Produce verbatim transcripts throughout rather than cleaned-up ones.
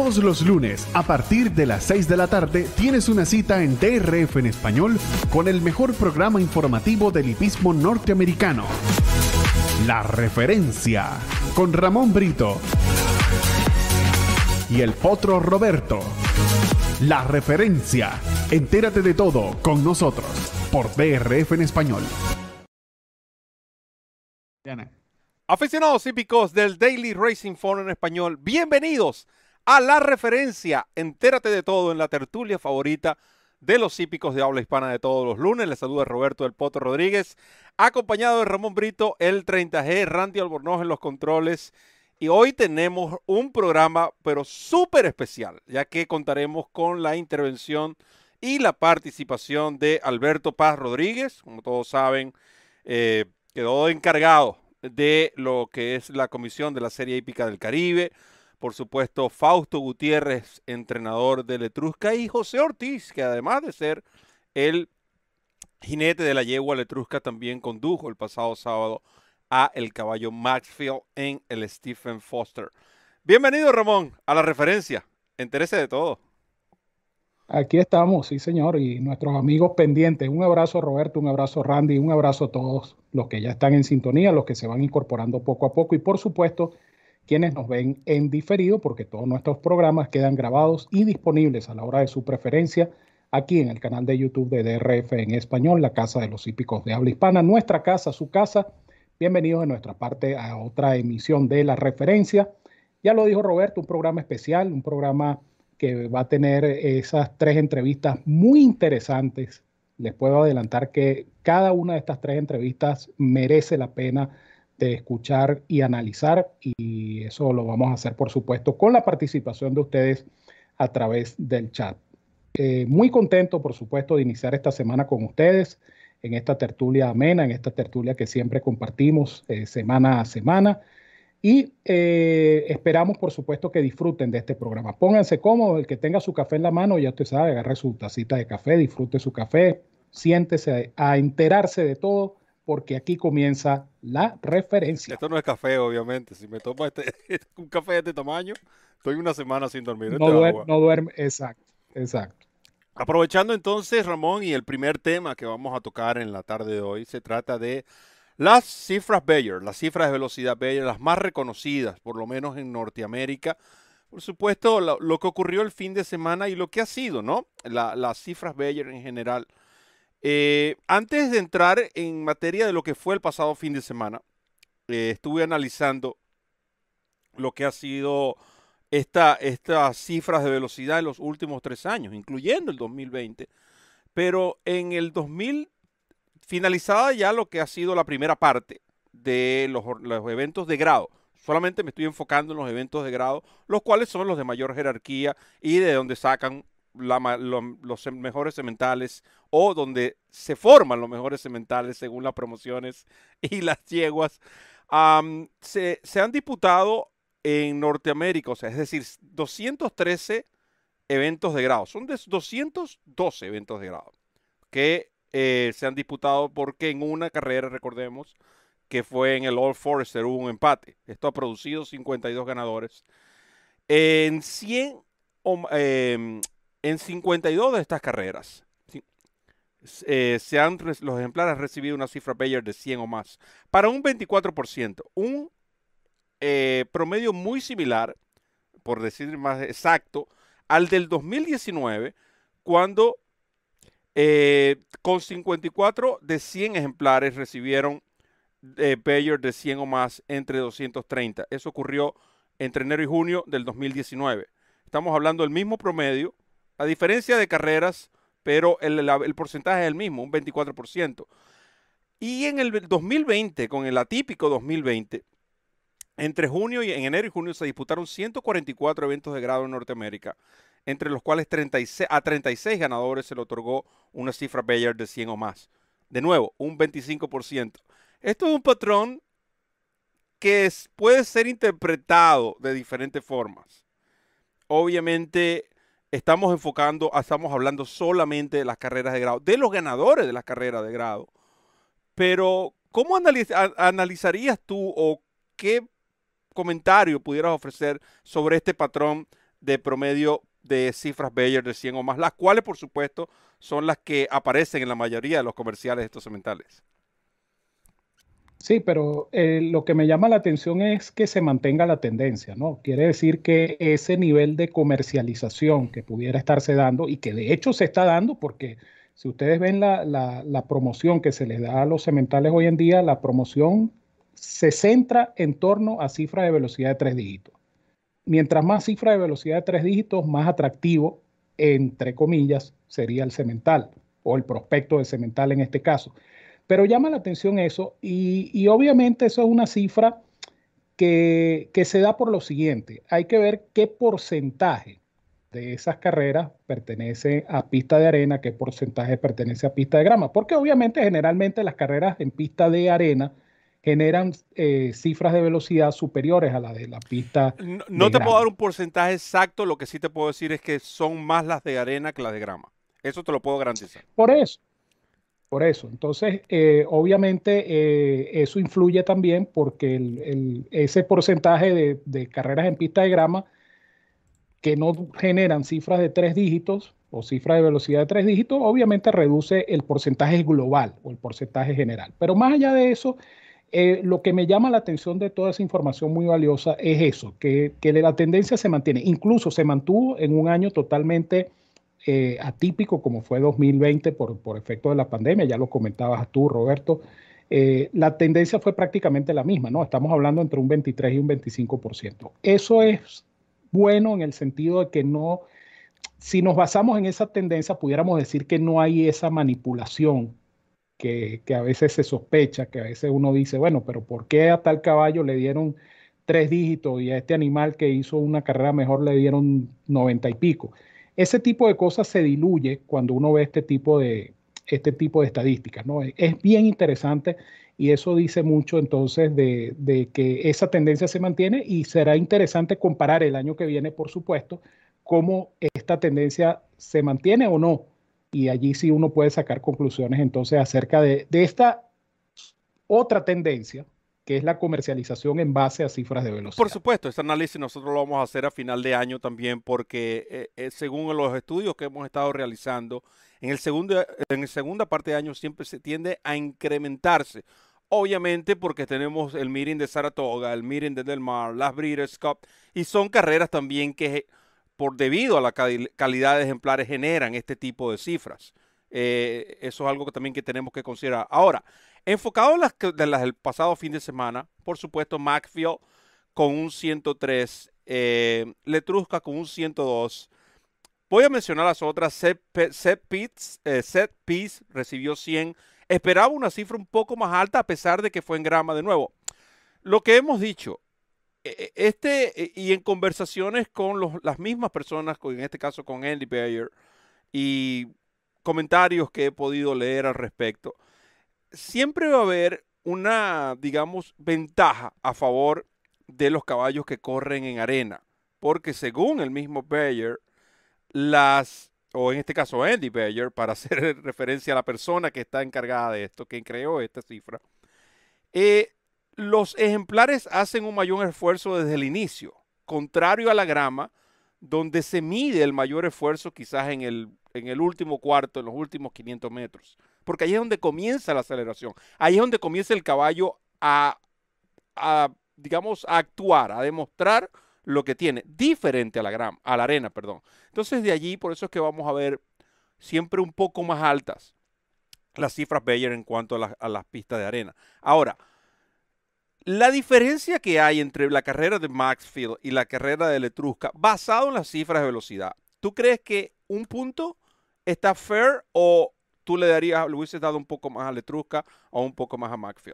Todos los lunes, a partir de las seis de la tarde, tienes una cita en D R F en español con el mejor programa informativo del hipismo norteamericano. La Referencia, con Ramón Brito y el Potro Roberto. La Referencia. Entérate de todo con nosotros, por D R F en español. Aficionados hípicos del Daily Racing Form en español, bienvenidos a La Referencia. Entérate de todo en la tertulia favorita de los hípicos de habla hispana de todos los lunes. Les saluda Roberto del Potro Rodríguez, acompañado de Ramón Brito, el treinta G, Randy Albornoz en los controles. Y hoy tenemos un programa, pero súper especial, ya que contaremos con la intervención y la participación de Alberto Paz Rodríguez. Como todos saben, eh, quedó encargado de lo que es la comisión de la Serie Hípica del Caribe. Por supuesto, Fausto Gutiérrez, entrenador del Etrusca, y José Ortiz, que además de ser el jinete de la yegua Letrusca, también condujo el pasado sábado a el caballo Maxfield en el Stephen Foster. Bienvenido, Ramón, a La Referencia. Entérese de todo. Aquí estamos, sí señor, y nuestros amigos pendientes. Un abrazo Roberto, un abrazo Randy, un abrazo a todos los que ya están en sintonía, los que se van incorporando poco a poco y por supuesto quienes nos ven en diferido, porque todos nuestros programas quedan grabados y disponibles a la hora de su preferencia aquí en el canal de YouTube de D R F en español, la casa de los hípicos de habla hispana, nuestra casa, su casa. Bienvenidos de nuestra parte a otra emisión de La Referencia. Ya lo dijo Roberto, un programa especial, un programa que va a tener esas tres entrevistas muy interesantes. Les puedo adelantar que cada una de estas tres entrevistas merece la pena de escuchar y analizar, y eso lo vamos a hacer, por supuesto, con la participación de ustedes a través del chat. Eh, muy contento, por supuesto, de iniciar esta semana con ustedes en esta tertulia amena, en esta tertulia que siempre compartimos eh, semana a semana. Y eh, esperamos, por supuesto, que disfruten de este programa. Pónganse cómodos, el que tenga su café en la mano, ya usted sabe, agarre su tacita de café, disfrute su café, siéntese a enterarse de todo, porque aquí comienza La Referencia. Esto no es café, obviamente. Si me tomo este, un café de este tamaño, estoy una semana sin dormir. No, duer no duerme, exacto, exacto. Aprovechando entonces, Ramón, y el primer tema que vamos a tocar en la tarde de hoy, se trata de las cifras Bayer, las cifras de velocidad Bayer, las más reconocidas, por lo menos en Norteamérica. Por supuesto, lo, lo que ocurrió el fin de semana y lo que ha sido, ¿no? La, las cifras Bayer en general. Eh, antes de entrar en materia de lo que fue el pasado fin de semana, eh, estuve analizando lo que ha sido esta, estas cifras de velocidad en los últimos tres años, incluyendo el dos mil veinte. Pero en el dos mil, finalizada ya lo que ha sido la primera parte de los, los eventos de grado. Solamente me estoy enfocando en los eventos de grado, los cuales son los de mayor jerarquía y de donde sacan la, lo, los mejores sementales o donde se forman los mejores sementales según las promociones y las yeguas. Um, se, se han disputado en Norteamérica, o sea, es decir, doscientos trece eventos de grado. Son de doscientos doce eventos de grado que eh, se han disputado porque en una carrera, recordemos, que fue en el Old Forester, hubo un empate. Esto ha producido cincuenta y dos ganadores. En, cien, eh, en cincuenta y dos de estas carreras, eh, se han, los ejemplares han recibido una cifra Bayer de cien o más. Para un veinticuatro por ciento, un eh, promedio muy similar, por decir más exacto, al del dos mil diecinueve, cuando eh, con cincuenta y cuatro de cien ejemplares recibieron eh, Bayer de cien o más entre doscientos treinta. Eso ocurrió entre enero y junio del dos mil diecinueve. Estamos hablando del mismo promedio, a diferencia de carreras, pero el, el, el porcentaje es el mismo, un veinticuatro por ciento. Y en el dos mil veinte, con el atípico dos mil veinte, entre junio y en enero y junio se disputaron ciento cuarenta y cuatro eventos de grado en Norteamérica, entre los cuales treinta y seis, a treinta y seis ganadores se le otorgó una cifra Bayer de cien o más. De nuevo, un veinticinco por ciento. Esto es un patrón que es, puede ser interpretado de diferentes formas. Obviamente estamos enfocando, estamos hablando solamente de las carreras de grado, de los ganadores de las carreras de grado. Pero, ¿cómo analiz analizarías tú o qué comentario pudieras ofrecer sobre este patrón de promedio de cifras Bayer de cien o más, las cuales, por supuesto, son las que aparecen en la mayoría de los comerciales de estos sementales. Sí, pero eh, lo que me llama la atención es que se mantenga la tendencia, ¿no? Quiere decir que ese nivel de comercialización que pudiera estarse dando y que de hecho se está dando, porque si ustedes ven la, la, la promoción que se les da a los sementales hoy en día, la promoción se centra en torno a cifras de velocidad de tres dígitos. Mientras más cifra de velocidad de tres dígitos, más atractivo, entre comillas, sería el semental o el prospecto de semental en este caso. Pero llama la atención eso y, y obviamente eso es una cifra que, que se da por lo siguiente. Hay que ver qué porcentaje de esas carreras pertenece a pista de arena, qué porcentaje pertenece a pista de grama. Porque obviamente generalmente las carreras en pista de arena generan eh, cifras de velocidad superiores a la de la pista No, de no te grama. puedo dar un porcentaje exacto, lo que sí te puedo decir es que son más las de arena que las de grama. Eso te lo puedo garantizar. Por eso. Por eso, entonces, eh, obviamente eh, eso influye también porque el, el, ese porcentaje de, de carreras en pista de grama que no generan cifras de tres dígitos o cifras de velocidad de tres dígitos, obviamente reduce el porcentaje global o el porcentaje general. Pero más allá de eso, eh, lo que me llama la atención de toda esa información muy valiosa es eso, que, que la tendencia se mantiene, incluso se mantuvo en un año totalmente Eh, atípico como fue dos mil veinte por, por efecto de la pandemia, ya lo comentabas tú, Roberto, eh, la tendencia fue prácticamente la misma, ¿no? Estamos hablando entre un veintitrés y un veinticinco por ciento. Eso es bueno en el sentido de que no, si nos basamos en esa tendencia, pudiéramos decir que no hay esa manipulación que, que a veces se sospecha, que a veces uno dice, bueno, pero ¿por qué a tal caballo le dieron tres dígitos y a este animal que hizo una carrera mejor le dieron noventa y pico? Ese tipo de cosas se diluye cuando uno ve este tipo de, este tipo de estadísticas, ¿no? Es bien interesante y eso dice mucho entonces de, de que esa tendencia se mantiene y será interesante comparar el año que viene, por supuesto, cómo esta tendencia se mantiene o no. Y allí sí uno puede sacar conclusiones entonces acerca de, de esta otra tendencia, que es la comercialización en base a cifras de velocidad. Por supuesto, este análisis nosotros lo vamos a hacer a final de año también porque eh, eh, según los estudios que hemos estado realizando, en el segundo, en la segunda parte de año siempre se tiende a incrementarse. Obviamente porque tenemos el meeting de Saratoga, el meeting de Del Mar, las Breeders' Cup, y son carreras también que por debido a la cal calidad de ejemplares generan este tipo de cifras. Eh, eso es algo que también que tenemos que considerar. Ahora, enfocado en las, de las del pasado fin de semana, por supuesto, Maxfield con un ciento tres, eh, Letrusca con un ciento dos. Voy a mencionar las otras. Set, set, Piece, eh, Set Piece recibió cien. Esperaba una cifra un poco más alta a pesar de que fue en grama de nuevo. Lo que hemos dicho, este y en conversaciones con los, las mismas personas, en este caso con Andy Bayer, y comentarios que he podido leer al respecto, siempre va a haber una, digamos, ventaja a favor de los caballos que corren en arena, porque según el mismo Bayer, las, o en este caso Andy Bayer, para hacer referencia a la persona que está encargada de esto, que creó esta cifra, eh, los ejemplares hacen un mayor esfuerzo desde el inicio, contrario a la grama, donde se mide el mayor esfuerzo quizás en el, en el último cuarto, en los últimos quinientos metros. Porque ahí es donde comienza la aceleración. Ahí es donde comienza el caballo a, a digamos, a actuar, a demostrar lo que tiene, diferente a la, grama, a la arena, perdón. Entonces de allí, por eso es que vamos a ver siempre un poco más altas las cifras Bayer en cuanto a, la, a las pistas de arena. Ahora, la diferencia que hay entre la carrera de Maxfield y la carrera de Letrusca, basado en las cifras de velocidad, ¿tú crees que un punto está fair o tú le darías, le hubieses dado un poco más a Letrusca o un poco más a Maxfield?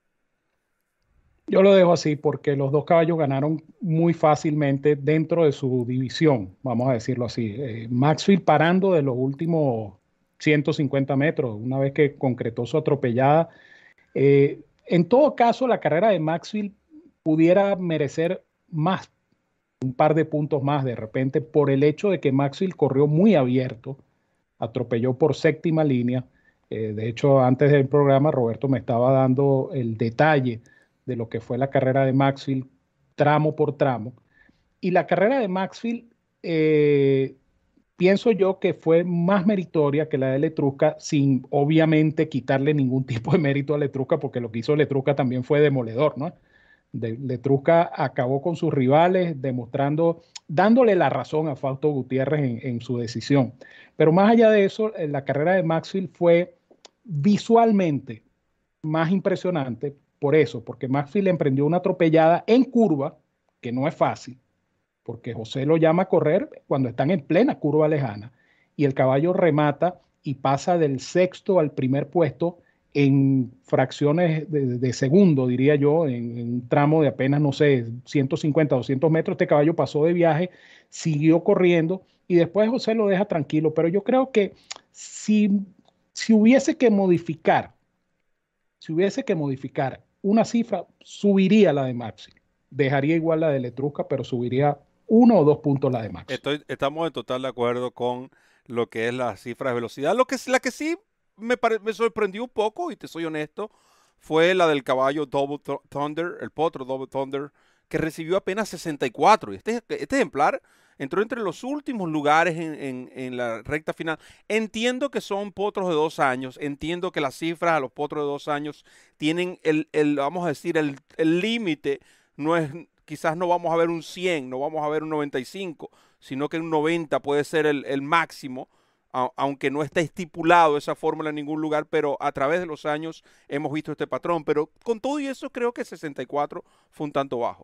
Yo lo dejo así porque los dos caballos ganaron muy fácilmente dentro de su división, vamos a decirlo así. Eh, Maxfield parando de los últimos ciento cincuenta metros, una vez que concretó su atropellada. Eh, en todo caso, la carrera de Maxfield pudiera merecer más, un par de puntos más de repente, por el hecho de que Maxfield corrió muy abierto, atropelló por séptima línea. Eh, de hecho, antes del programa, Roberto me estaba dando el detalle de lo que fue la carrera de Maxfield tramo por tramo. Y la carrera de Maxfield eh, pienso yo que fue más meritoria que la de Letrusca, sin obviamente quitarle ningún tipo de mérito a Letrusca, porque lo que hizo Letrusca también fue demoledor, ¿no? De, Letrusca acabó con sus rivales, demostrando, dándole la razón a Fausto Gutiérrez en, en su decisión. Pero más allá de eso, la carrera de Maxfield fue visualmente más impresionante por eso, porque Maxfield emprendió una atropellada en curva, que no es fácil, porque José lo llama a correr cuando están en plena curva lejana, y el caballo remata y pasa del sexto al primer puesto en fracciones de, de segundo, diría yo, en, en un tramo de apenas, no sé, ciento cincuenta, doscientos metros. Este caballo pasó de viaje, siguió corriendo y después José lo deja tranquilo. Pero yo creo que si, si hubiese que modificar, si hubiese que modificar una cifra, subiría la de Maxi. Dejaría igual la de Letrusca, pero subiría uno o dos puntos la de Maxi. Estoy, estamos en total de acuerdo con lo que es la cifra de velocidad. Lo que, la que sí me, pare, me sorprendió un poco, y te soy honesto, fue la del caballo Double Thunder, el potro Double Thunder, que recibió apenas sesenta y cuatro. Y este, este ejemplar entró entre los últimos lugares en, en, en la recta final. Entiendo que son potros de dos años, entiendo que las cifras a los potros de dos años tienen el, el vamos a decir, el límite no es, quizás no vamos a ver un cien, no vamos a ver un noventa y cinco, sino que un noventa puede ser el, el máximo, a, aunque no está estipulado esa fórmula en ningún lugar, pero a través de los años hemos visto este patrón. Pero con todo y eso creo que sesenta y cuatro fue un tanto bajo.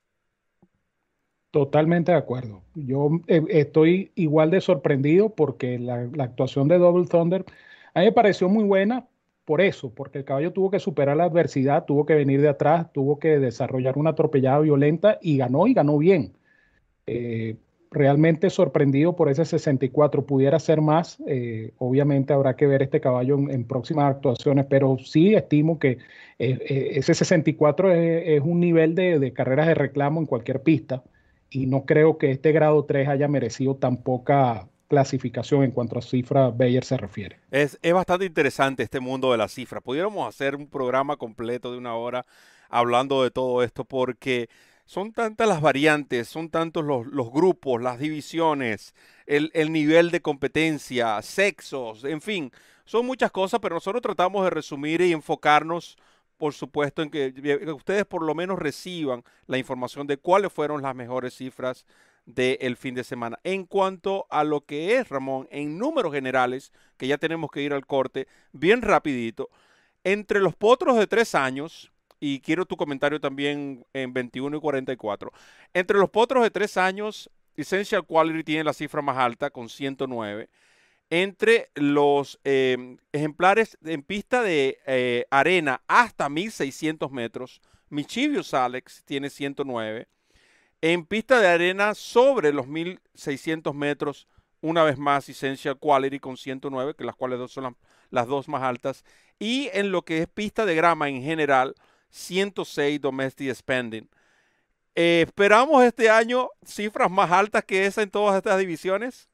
Totalmente de acuerdo. Yo eh, estoy igual de sorprendido porque la, la actuación de Double Thunder a mí me pareció muy buena por eso, porque el caballo tuvo que superar la adversidad, tuvo que venir de atrás, tuvo que desarrollar una atropellada violenta y ganó y ganó bien. Eh, realmente sorprendido por ese sesenta y cuatro. Pudiera ser más, eh, obviamente habrá que ver este caballo en, en próximas actuaciones, pero sí estimo que eh, eh, ese sesenta y cuatro es, es un nivel de, de carreras de reclamo en cualquier pista. Y no creo que este grado tres haya merecido tan poca clasificación en cuanto a cifras Beyer se refiere. Es, es bastante interesante este mundo de las cifras. Pudiéramos hacer un programa completo de una hora hablando de todo esto porque son tantas las variantes, son tantos los, los grupos, las divisiones, el, el nivel de competencia, sexos, en fin, son muchas cosas, pero nosotros tratamos de resumir y enfocarnos, por supuesto, en que ustedes por lo menos reciban la información de cuáles fueron las mejores cifras del fin de semana. En cuanto a lo que es, Ramón, en números generales, que ya tenemos que ir al corte, bien rapidito, entre los potros de tres años, y quiero tu comentario también en veintiuno y cuarenta y cuatro, entre los potros de tres años, Essential Quality tiene la cifra más alta con ciento nueve. Entre los eh, ejemplares en pista de eh, arena hasta mil seiscientos metros, Mischievous Alex tiene ciento nueve. En pista de arena sobre los mil seiscientos metros, una vez más Essential Quality con ciento nueve, que las cuales dos son las, las dos más altas. Y en lo que es pista de grama en general, ciento seis Domestic Spending. Eh, ¿Esperamos este año cifras más altas que esa en todas estas divisiones?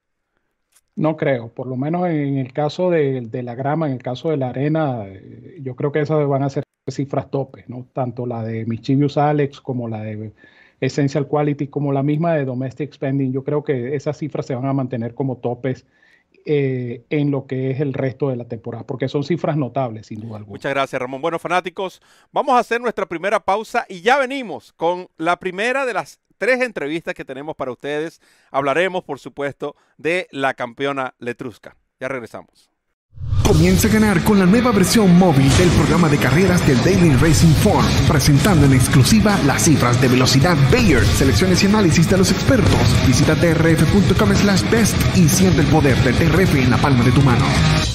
No creo, por lo menos en el caso de, de la grama, en el caso de la arena, eh, yo creo que esas van a ser cifras topes, ¿no? Tanto la de Mischievous Alex como la de Essential Quality, como la misma de Domestic Spending. Yo creo que esas cifras se van a mantener como topes eh, en lo que es el resto de la temporada, porque son cifras notables, sin duda alguna. Muchas gracias, Ramón. Bueno, fanáticos, vamos a hacer nuestra primera pausa y ya venimos con la primera de las tres entrevistas que tenemos para ustedes. Hablaremos, por supuesto, de la campeona Letrusca. Ya regresamos. Comienza a ganar con la nueva versión móvil del programa de carreras del Daily Racing Form, presentando en exclusiva las cifras de velocidad Beyer, selecciones y análisis de los expertos. Visita T R F punto com slash best y siente el poder de T R F en la palma de tu mano.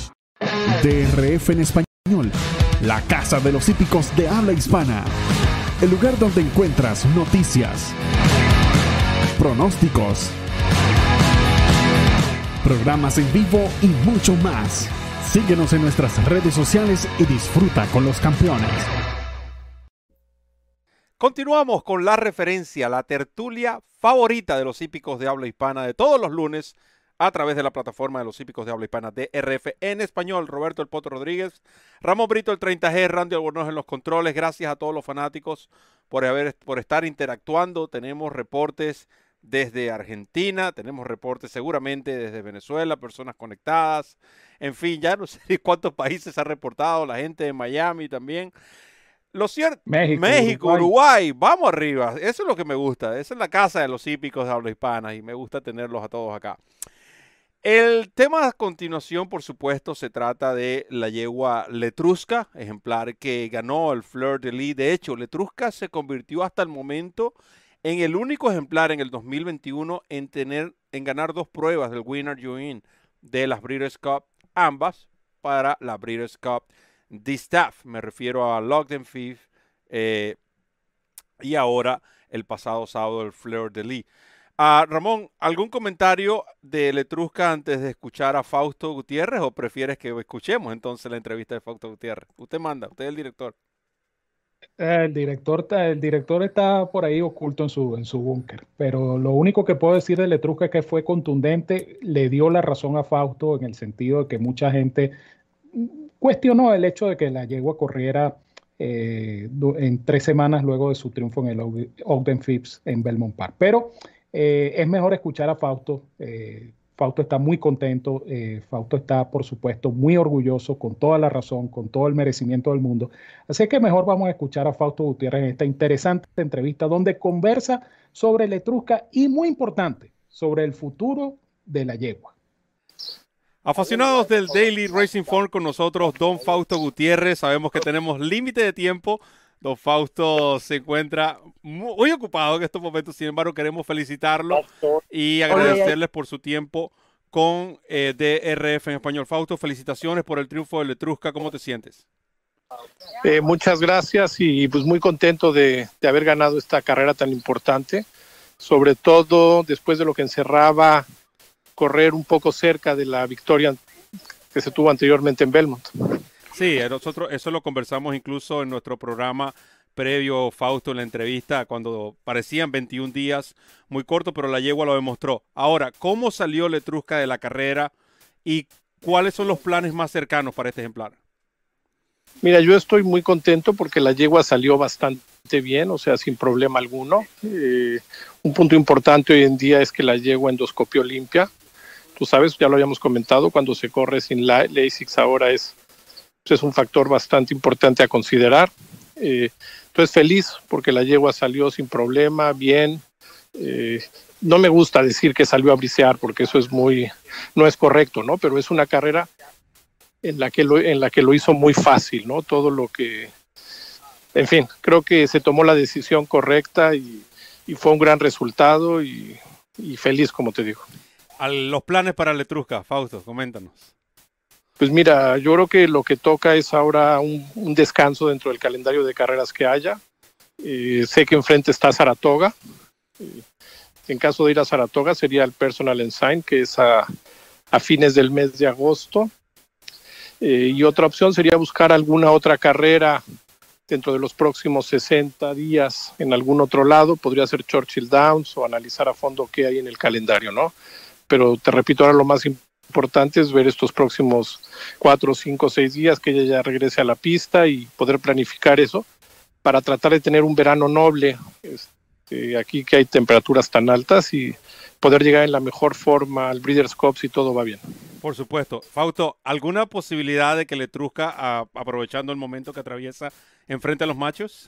T R F en español, la casa de los hípicos de habla hispana. El lugar donde encuentras noticias, pronósticos, programas en vivo y mucho más. Síguenos en nuestras redes sociales y disfruta con los campeones. Continuamos con la referencia, la tertulia favorita de los hípicos de habla hispana de todos los lunes a través de la plataforma de los hípicos de habla hispana D R F en español. Roberto El Potro Rodríguez, Ramón Brito el treinta G, Randy Albornoz en los controles. Gracias a todos los fanáticos por, haber, por estar interactuando. Tenemos reportes desde Argentina, tenemos reportes seguramente desde Venezuela, personas conectadas, en fin, ya no sé cuántos países ha reportado, la gente de Miami también. Lo cierto, México, México, Uruguay. Uruguay, vamos arriba, eso es lo que me gusta, esa es la casa de los hípicos de habla hispana y me gusta tenerlos a todos acá. El tema a continuación, por supuesto, se trata de la yegua Letruska, ejemplar que ganó el Fleur de Lis. De hecho, Letruska se convirtió hasta el momento en el único ejemplar en el dos mil veintiuno en tener, en ganar dos pruebas del Winner Join de las Breeders' Cup, ambas para la Breeders' Cup Distaff. Me refiero a Locked Fifth eh, y ahora el pasado sábado el Fleur de Lis. Uh, Ramón, ¿algún comentario de Letruska antes de escuchar a Fausto Gutiérrez o prefieres que escuchemos entonces la entrevista de Fausto Gutiérrez? Usted manda, usted es el director. El director, el director está por ahí oculto en su, en su búnker, pero lo único que puedo decir de Letruska es que fue contundente, le dio la razón a Fausto en el sentido de que mucha gente cuestionó el hecho de que la yegua corriera eh, en tres semanas luego de su triunfo en el Ogden Phipps en Belmont Park, pero Eh, es mejor escuchar a Fausto. Eh, Fausto está muy contento, eh, Fausto está, por supuesto, muy orgulloso, con toda la razón, con todo el merecimiento del mundo. Así que mejor vamos a escuchar a Fausto Gutiérrez en esta interesante entrevista donde conversa sobre Letruska y, muy importante, sobre el futuro de la yegua. Aficionados del Daily Racing Form, con nosotros don Fausto Gutiérrez. Sabemos que tenemos límite de tiempo. Don Fausto se encuentra muy ocupado en estos momentos, sin embargo queremos felicitarlo y agradecerles por su tiempo con eh, D R F en español. Fausto, felicitaciones por el triunfo de Letruska, ¿cómo te sientes? Eh, muchas gracias y pues muy contento de, de haber ganado esta carrera tan importante, sobre todo después de lo que encerraba correr un poco cerca de la victoria que se tuvo anteriormente en Belmont. Sí, nosotros eso lo conversamos incluso en nuestro programa previo, Fausto, en la entrevista, cuando parecían veintiún días, muy corto, pero la yegua lo demostró. Ahora, ¿cómo salió Letruska de la carrera y cuáles son los planes más cercanos para este ejemplar? Mira, yo estoy muy contento porque la yegua salió bastante bien, o sea, sin problema alguno. Eh, un punto importante hoy en día es que la yegua endoscopió limpia. Tú sabes, ya lo habíamos comentado, cuando se corre sin la Lasix ahora es es un factor bastante importante a considerar. Eh, entonces feliz porque la yegua salió sin problema, bien. Eh, no me gusta decir que salió a brisear porque eso es muy, no es correcto, ¿no? Pero es una carrera en la que lo, en la que lo hizo muy fácil, ¿no? Todo lo que, en fin, creo que se tomó la decisión correcta y, y fue un gran resultado y, y feliz, como te digo. A los planes para Letruska, Fausto, coméntanos. Pues mira, yo creo que lo que toca es ahora un, un descanso dentro del calendario de carreras que haya. Eh, sé que enfrente está Saratoga. Eh, en caso de ir a Saratoga sería el Personal Ensign, que es a, a fines del mes de agosto. Eh, y otra opción sería buscar alguna otra carrera dentro de los próximos sesenta días en algún otro lado. Podría ser Churchill Downs o analizar a fondo qué hay en el calendario, ¿no? Pero te repito, ahora lo más importante importante es ver estos próximos cuatro, cinco, seis días que ella ya regrese a la pista y poder planificar eso para tratar de tener un verano noble, este, aquí que hay temperaturas tan altas y poder llegar en la mejor forma al Breeders' Cup si todo va bien. Por supuesto. Fausto, ¿alguna posibilidad de que Letruska, a, aprovechando el momento que atraviesa, enfrente a los machos?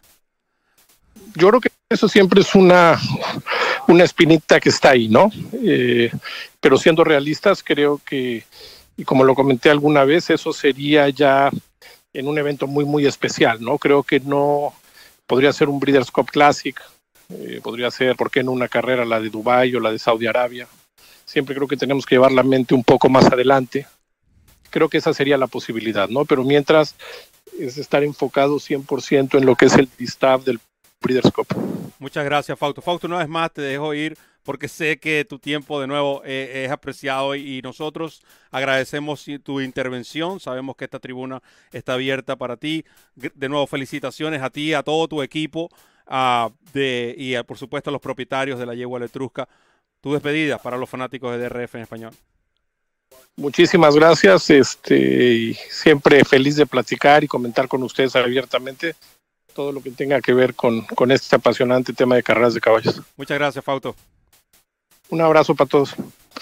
Yo creo que eso siempre es una, una espinita que está ahí, ¿no? Eh, pero siendo realistas, creo que, y como lo comenté alguna vez, eso sería ya en un evento muy, muy especial, ¿no? Creo que no podría ser un Breeders' Cup Classic, eh, podría ser, ¿por qué no una carrera, la de Dubái o la de Saudi Arabia? Siempre creo que tenemos que llevar la mente un poco más adelante. Creo que esa sería la posibilidad, ¿no? Pero mientras es estar enfocado cien por ciento en lo que es el distaff del Breeders' Cup. Muchas gracias, Fausto. Fausto, una vez más te dejo ir porque sé que tu tiempo de nuevo eh, es apreciado y, y nosotros agradecemos tu intervención. Sabemos que esta tribuna está abierta para ti. De nuevo, felicitaciones a ti, a todo tu equipo uh, de, y a, por supuesto a los propietarios de la yegua Letruska. Tu despedida para los fanáticos de D R F en español. Muchísimas gracias, este, y siempre feliz de platicar y comentar con ustedes abiertamente todo lo que tenga que ver con, con este apasionante tema de carreras de caballos. Muchas gracias, Fausto. Un abrazo para todos.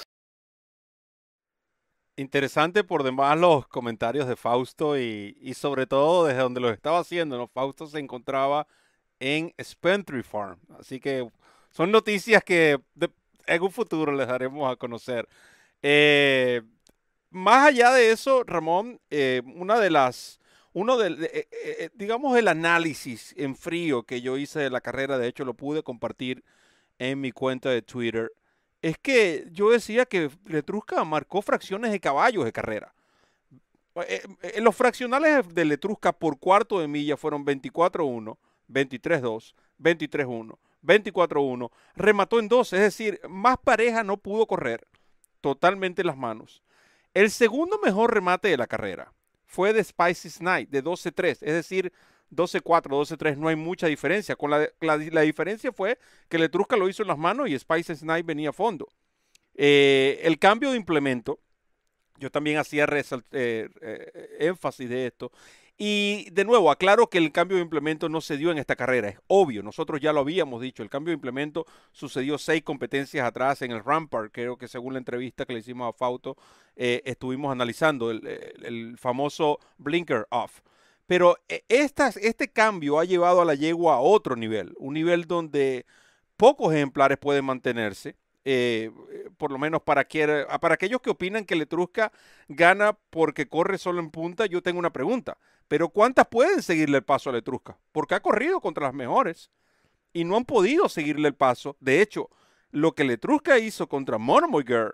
Interesante por demás los comentarios de Fausto y, y sobre todo desde donde los estaba haciendo, ¿no? Fausto se encontraba en Spentry Farm, así que son noticias que de, en un futuro les daremos a conocer. Eh, más allá de eso, Ramón, eh, una de las, uno de, eh, eh, digamos, el análisis en frío que yo hice de la carrera, de hecho lo pude compartir en mi cuenta de Twitter, es que yo decía que Letruska marcó fracciones de caballos de carrera. Eh, eh, los fraccionales de Letruska por cuarto de milla fueron veinticuatro uno, veintitrés dos, veintitrés uno, veinticuatro uno. Remató en doce, es decir, más pareja no pudo correr. Totalmente las manos. El segundo mejor remate de la carrera fue de Spicy Night, de doce tres, es decir, doce cuatro, doce tres, no hay mucha diferencia. Con la, la, la diferencia fue que Letruska lo hizo en las manos y Spicy Night venía a fondo. Eh, el cambio de implemento, yo también hacía eh, eh, énfasis de esto. Y de nuevo, aclaro que el cambio de implemento no se dio en esta carrera, es obvio, nosotros ya lo habíamos dicho, el cambio de implemento sucedió seis competencias atrás en el Rampart, creo que según la entrevista que le hicimos a Fausto, eh, estuvimos analizando el, el, el famoso blinker off. Pero esta, este cambio ha llevado a la yegua a otro nivel, un nivel donde pocos ejemplares pueden mantenerse. Eh, por lo menos para, que, para aquellos que opinan que Letruska gana porque corre solo en punta, yo tengo una pregunta. ¿Pero cuántas pueden seguirle el paso a Letruska? Porque ha corrido contra las mejores y no han podido seguirle el paso. De hecho, lo que Letruska hizo contra Monomoy Girl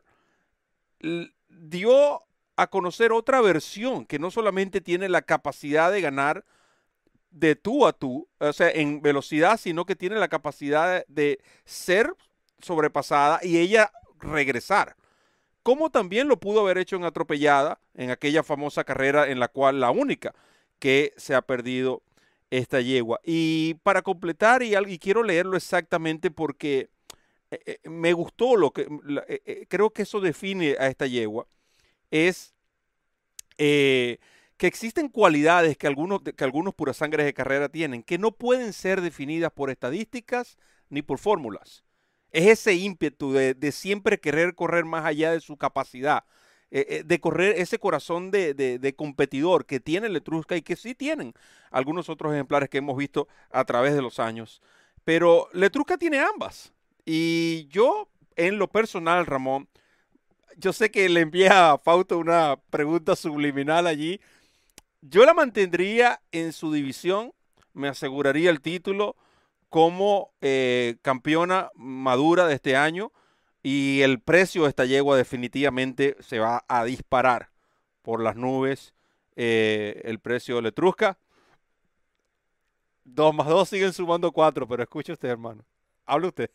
dio a conocer otra versión que no solamente tiene la capacidad de ganar de tú a tú, o sea, en velocidad, sino que tiene la capacidad de ser sobrepasada y ella regresar, como también lo pudo haber hecho en Atropellada, en aquella famosa carrera en la cual la única que se ha perdido esta yegua. Y para completar, y, y quiero leerlo exactamente porque eh, me gustó lo que, eh, creo que eso define a esta yegua, es eh, que existen cualidades que algunos, que algunos purasangres de carrera tienen, que no pueden ser definidas por estadísticas ni por fórmulas. Es ese ímpetu de, de siempre querer correr más allá de su capacidad, eh, de correr ese corazón de, de, de competidor que tiene Letruska y que sí tienen algunos otros ejemplares que hemos visto a través de los años. Pero Letruska tiene ambas. Y yo, en lo personal, Ramón, yo sé que le envié a Fausto una pregunta subliminal allí. Yo la mantendría en su división, me aseguraría el título como eh, campeona madura de este año y el precio de esta yegua definitivamente se va a disparar por las nubes. Eh, el precio de Letruska. Dos más dos siguen sumando cuatro, pero escuche usted, hermano. Hable usted.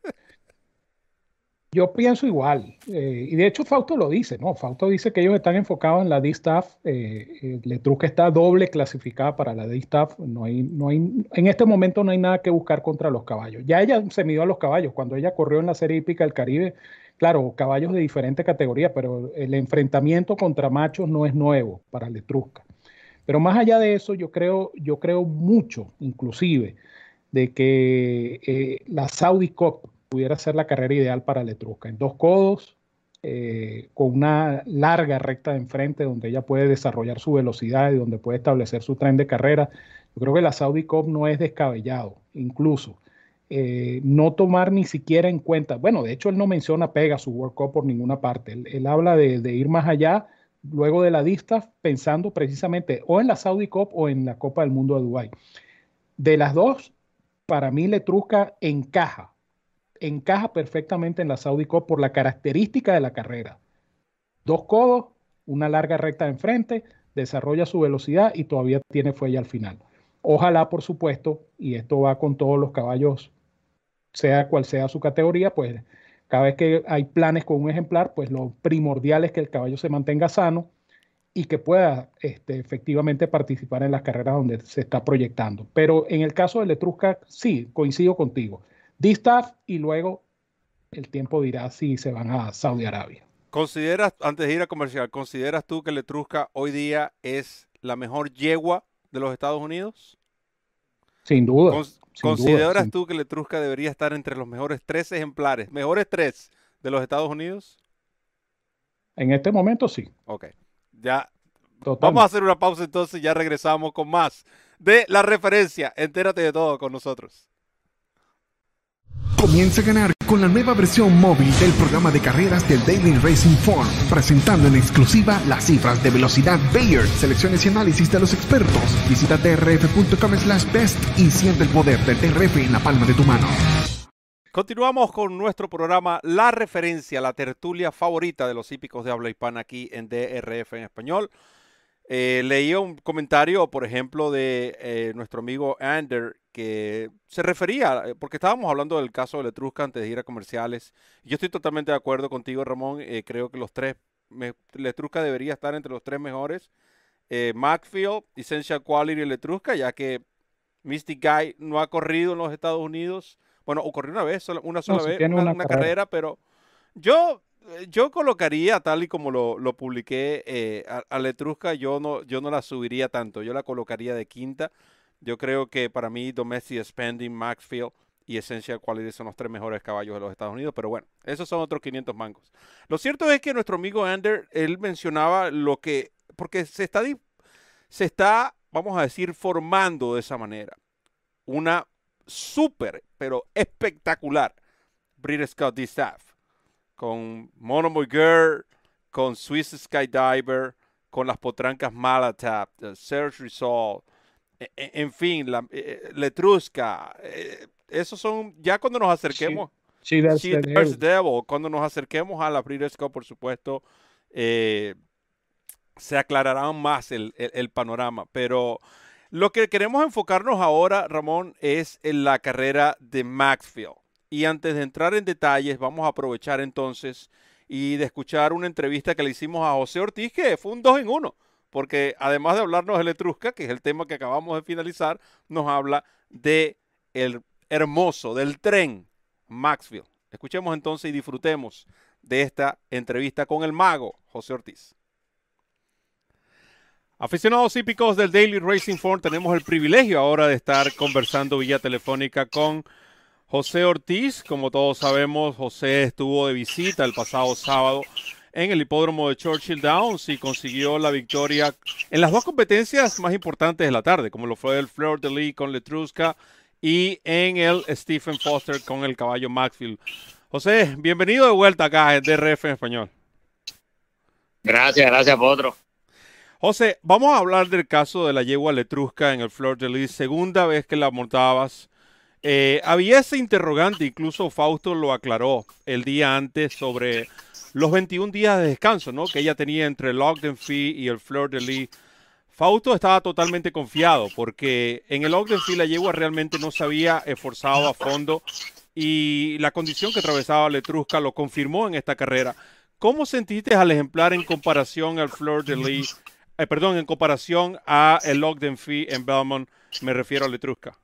Yo pienso igual, eh, y de hecho Fausto lo dice, ¿no? Fausto dice que ellos están enfocados en la D-Staff, eh, eh, Letruska está doble clasificada para la D-Staff, no hay, no hay, en este momento no hay nada que buscar contra los caballos. Ya ella se midió a los caballos, cuando ella corrió en la Serie Hípica del Caribe, claro, caballos de diferente categoría, pero el enfrentamiento contra machos no es nuevo para Letruska. Pero más allá de eso, yo creo, yo creo mucho, inclusive, de que eh, la Saudi Cup pudiera ser la carrera ideal para Letruska. En dos codos, eh, con una larga recta de enfrente donde ella puede desarrollar su velocidad y donde puede establecer su tren de carrera. Yo creo que la Saudi Cup no es descabellado. Incluso eh, no tomar ni siquiera en cuenta, bueno, de hecho él no menciona Pegasus World Cup por ninguna parte. Él, él habla de, de ir más allá luego de la D-Staff pensando precisamente o en la Saudi Cup o en la Copa del Mundo de Dubái. De las dos, para mí Letruska encaja encaja perfectamente en la Saudi Cup por la característica de la carrera. Dos codos, una larga recta de enfrente, desarrolla su velocidad y todavía tiene fuelle al final. Ojalá, por supuesto, y esto va con todos los caballos, sea cual sea su categoría, pues cada vez que hay planes con un ejemplar, pues lo primordial es que el caballo se mantenga sano y que pueda este, efectivamente participar en las carreras donde se está proyectando. Pero en el caso de Letruska, sí, coincido contigo. D-Staff y luego el tiempo dirá si se van a Saudi Arabia. ¿Consideras, antes de ir a comercial, consideras tú que Letruska hoy día es la mejor yegua de los Estados Unidos? Sin duda. Con, sin ¿Consideras duda, tú sin... que Letruska debería estar entre los mejores tres ejemplares, mejores tres de los Estados Unidos? En este momento sí. Ok, ya. Totalmente. Vamos a hacer una pausa entonces, ya regresamos con más de La Referencia. Entérate de todo con nosotros. Comienza a ganar con la nueva versión móvil del programa de carreras del Daily Racing Form, presentando en exclusiva las cifras de velocidad Bayer, selecciones y análisis de los expertos. Visita D R F punto com slash best y siente el poder del D R F en la palma de tu mano. Continuamos con nuestro programa La Referencia, la tertulia favorita de los hípicos de habla hispana aquí en D R F en español. Eh, leí un comentario, por ejemplo, de eh, nuestro amigo Ander, que se refería, porque estábamos hablando del caso de Letruska antes de ir a comerciales. Yo estoy totalmente de acuerdo contigo, Ramón. Eh, creo que los tres, me, Letruska debería estar entre los tres mejores. Eh, Maxfield, Essential Quality y Letruska, ya que Mystic Guy no ha corrido en los Estados Unidos. Bueno, o corrió una vez, una sola no, vez, una, una, una una carrera. carrera, pero yo... Yo colocaría, tal y como lo, lo publiqué, eh, a, a Letruska, yo no, yo no la subiría tanto, yo la colocaría de quinta. Yo creo que para mí Domestic Spending, Maxfield y Essential Quality son los tres mejores caballos de los Estados Unidos, pero bueno, esos son otros quinientos mangos. Lo cierto es que nuestro amigo Ander, él mencionaba lo que, porque se está, se está, vamos a decir, formando de esa manera, una súper, pero espectacular Breeders' Cup Distaff. Con Monomoy Girl, con Swiss Skydiver, con las potrancas Malatap, Search Resolve, en, en fin, la, eh, Letruska, eh, esos son, ya cuando nos acerquemos, She, she, She Devil. Devil, cuando nos acerquemos a la Breeders' Cup, por supuesto, eh, se aclarará más el, el, el panorama, pero lo que queremos enfocarnos ahora, Ramón, es en la carrera de Maxfield. Y antes de entrar en detalles, vamos a aprovechar entonces y de escuchar una entrevista que le hicimos a José Ortiz, que fue un dos en uno, porque además de hablarnos de Letruska, que es el tema que acabamos de finalizar, nos habla de el hermoso, del tren Maxfield. Escuchemos entonces y disfrutemos de esta entrevista con el mago José Ortiz. Aficionados hípicos del Daily Racing Form, tenemos el privilegio ahora de estar conversando vía telefónica con José Ortiz. Como todos sabemos, José estuvo de visita el pasado sábado en el hipódromo de Churchill Downs y consiguió la victoria en las dos competencias más importantes de la tarde, como lo fue el Fleur de Lis con Letruska y en el Stephen Foster con el caballo Maxfield. José, bienvenido de vuelta acá en D R F en español. Gracias, gracias, Potro. José, vamos a hablar del caso de la yegua Letruska en el Fleur de Lis, segunda vez que la montabas. Eh, había ese interrogante, incluso Fausto lo aclaró el día antes sobre los veintiún días de descanso, ¿no?, que ella tenía entre el Ogden Fee y el Fleur de Lis. Fausto estaba totalmente confiado porque en el Ogden Fee la yegua realmente no se había esforzado a fondo y la condición que atravesaba Letruska lo confirmó en esta carrera. ¿Cómo sentiste al ejemplar en comparación al Fleur de Lis, eh, perdón, en comparación a el Ogden Fee en Belmont? Me refiero a Letruska.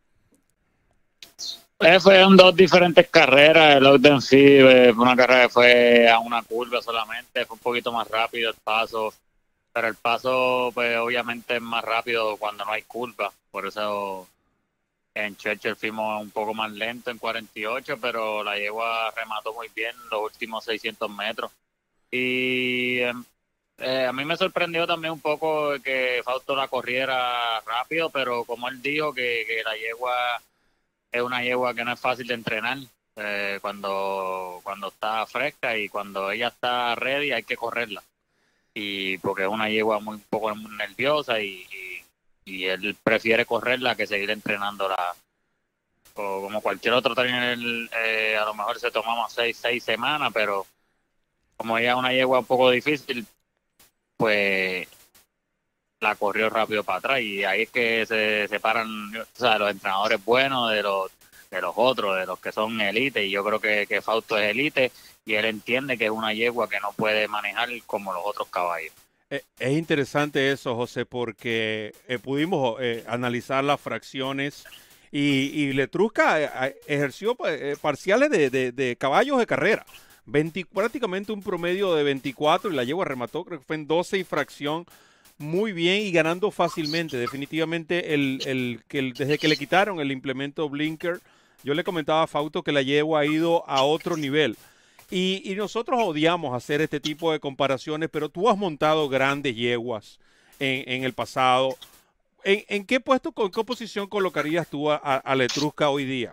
Eh, fueron dos diferentes carreras. El Ogden Fee eh, fue una carrera que fue a una curva solamente, fue un poquito más rápido el paso, pero el paso pues obviamente es más rápido cuando no hay curva, por eso en Churchill fuimos un poco más lento en cuarenta y ocho, pero la yegua remató muy bien los últimos seiscientos metros. Y eh, eh, a mí me sorprendió también un poco que Fausto la corriera rápido, pero como él dijo que, que la yegua es una yegua que no es fácil de entrenar, eh, cuando, cuando está fresca y cuando ella está ready hay que correrla. Y porque es una yegua muy un poco nerviosa y, y, y él prefiere correrla que seguir entrenándola. O como cualquier otro trainer, eh, a lo mejor se tomamos seis, seis semanas, pero como ella es una yegua un poco difícil, pues la corrió rápido para atrás y ahí es que se separan, o sea, los entrenadores buenos de los de los otros, de los que son élite, y yo creo que, que Fausto es élite y él entiende que es una yegua que no puede manejar como los otros caballos. Eh, es interesante eso, José, porque eh, pudimos eh, analizar las fracciones y, y Letruska eh, ejerció eh, parciales de, de, de caballos de carrera, veinte, prácticamente un promedio de veinticuatro y la yegua remató, creo que fue en doce y fracción. Muy bien y ganando fácilmente. Definitivamente el, el, que el, desde que le quitaron el implemento blinker, yo le comentaba a Fausto que la yegua ha ido a otro nivel. Y, y nosotros odiamos hacer este tipo de comparaciones, pero tú has montado grandes yeguas en, en el pasado. ¿En, en qué puesto, con qué posición colocarías tú a, a la Etrusca hoy día?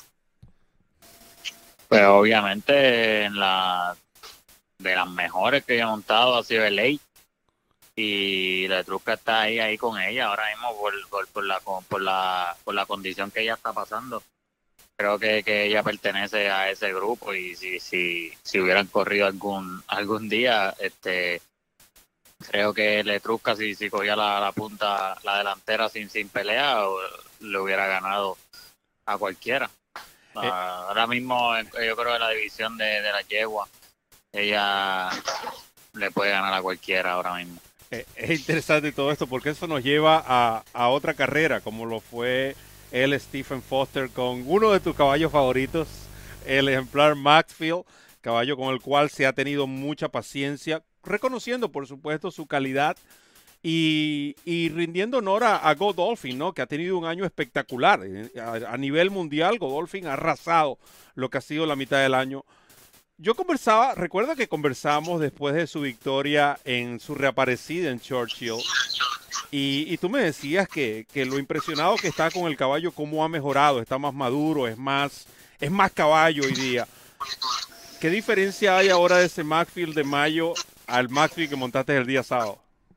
Pues obviamente en la de las mejores que he montado ha sido el Ley, y la Etrusca está ahí ahí con ella ahora mismo por, por, por la por la por la condición que ella está pasando. Creo que, que ella pertenece a ese grupo, y si si si hubieran corrido algún algún día, este creo que la Etrusca, si si cogía la, la punta, la delantera sin sin pelea, o, le hubiera ganado a cualquiera. Uh, ahora mismo yo creo que la división de, de la yegua, ella le puede ganar a cualquiera ahora mismo. Eh, es interesante todo esto porque eso nos lleva a, a otra carrera, como lo fue el Stephen Foster con uno de tus caballos favoritos, el ejemplar Maxfield, caballo con el cual se ha tenido mucha paciencia, reconociendo por supuesto su calidad y, y rindiendo honor a, a Godolphin, ¿no? Que ha tenido un año espectacular. A, a nivel mundial, Godolphin ha arrasado lo que ha sido la mitad del año. Yo conversaba, recuerda que conversamos después de su victoria en su reaparecida en Churchill, y, y tú me decías que, que lo impresionado que está con el caballo, cómo ha mejorado, está más maduro, es más, es más caballo hoy día. ¿Qué diferencia hay ahora de ese Maxfield de mayo al Maxfield que montaste el día sábado?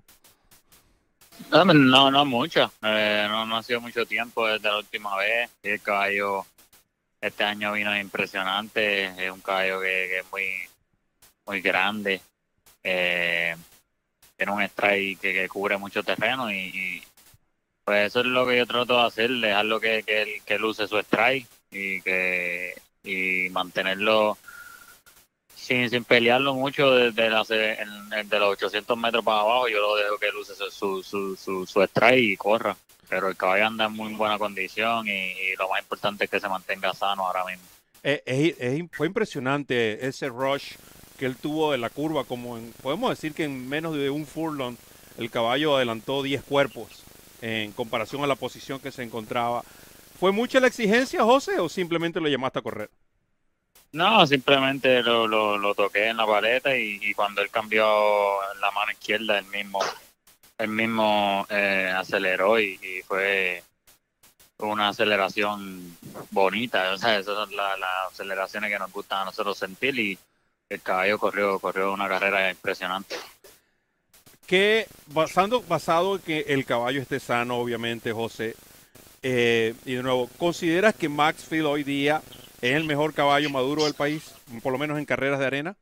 No, no, no mucho. Eh, no, no ha sido mucho tiempo desde la última vez. El caballo este año vino impresionante. Es un caballo que, que es muy, muy grande. Eh, tiene un strike que, que cubre mucho terreno, y, y pues eso es lo que yo trato de hacer, dejarlo que, que, él, que él use su strike y que y mantenerlo sin, sin pelearlo mucho desde la, en, de los ochocientos metros para abajo. Yo lo dejo que él use su, su, su, su strike y corra, pero el caballo anda en muy buena condición, y, y lo más importante es que se mantenga sano ahora mismo. Eh, es, es, fue impresionante ese rush que él tuvo de la curva, como en, podemos decir que en menos de un furlong el caballo adelantó diez cuerpos en comparación a la posición que se encontraba. ¿Fue mucha la exigencia, José, o simplemente lo llamaste a correr? No, simplemente lo, lo, lo toqué en la paleta, y, y cuando él cambió la mano izquierda, él mismo, él mismo eh, aceleró, y, y fue una aceleración bonita. O sea, esas son la, las aceleraciones que nos gustan a nosotros sentir, y el caballo corrió corrió una carrera impresionante. Que basando, basado en que el caballo esté sano, obviamente, José, eh, y de nuevo, ¿consideras que Maxfield hoy día es el mejor caballo maduro del país, por lo menos en carreras de arena?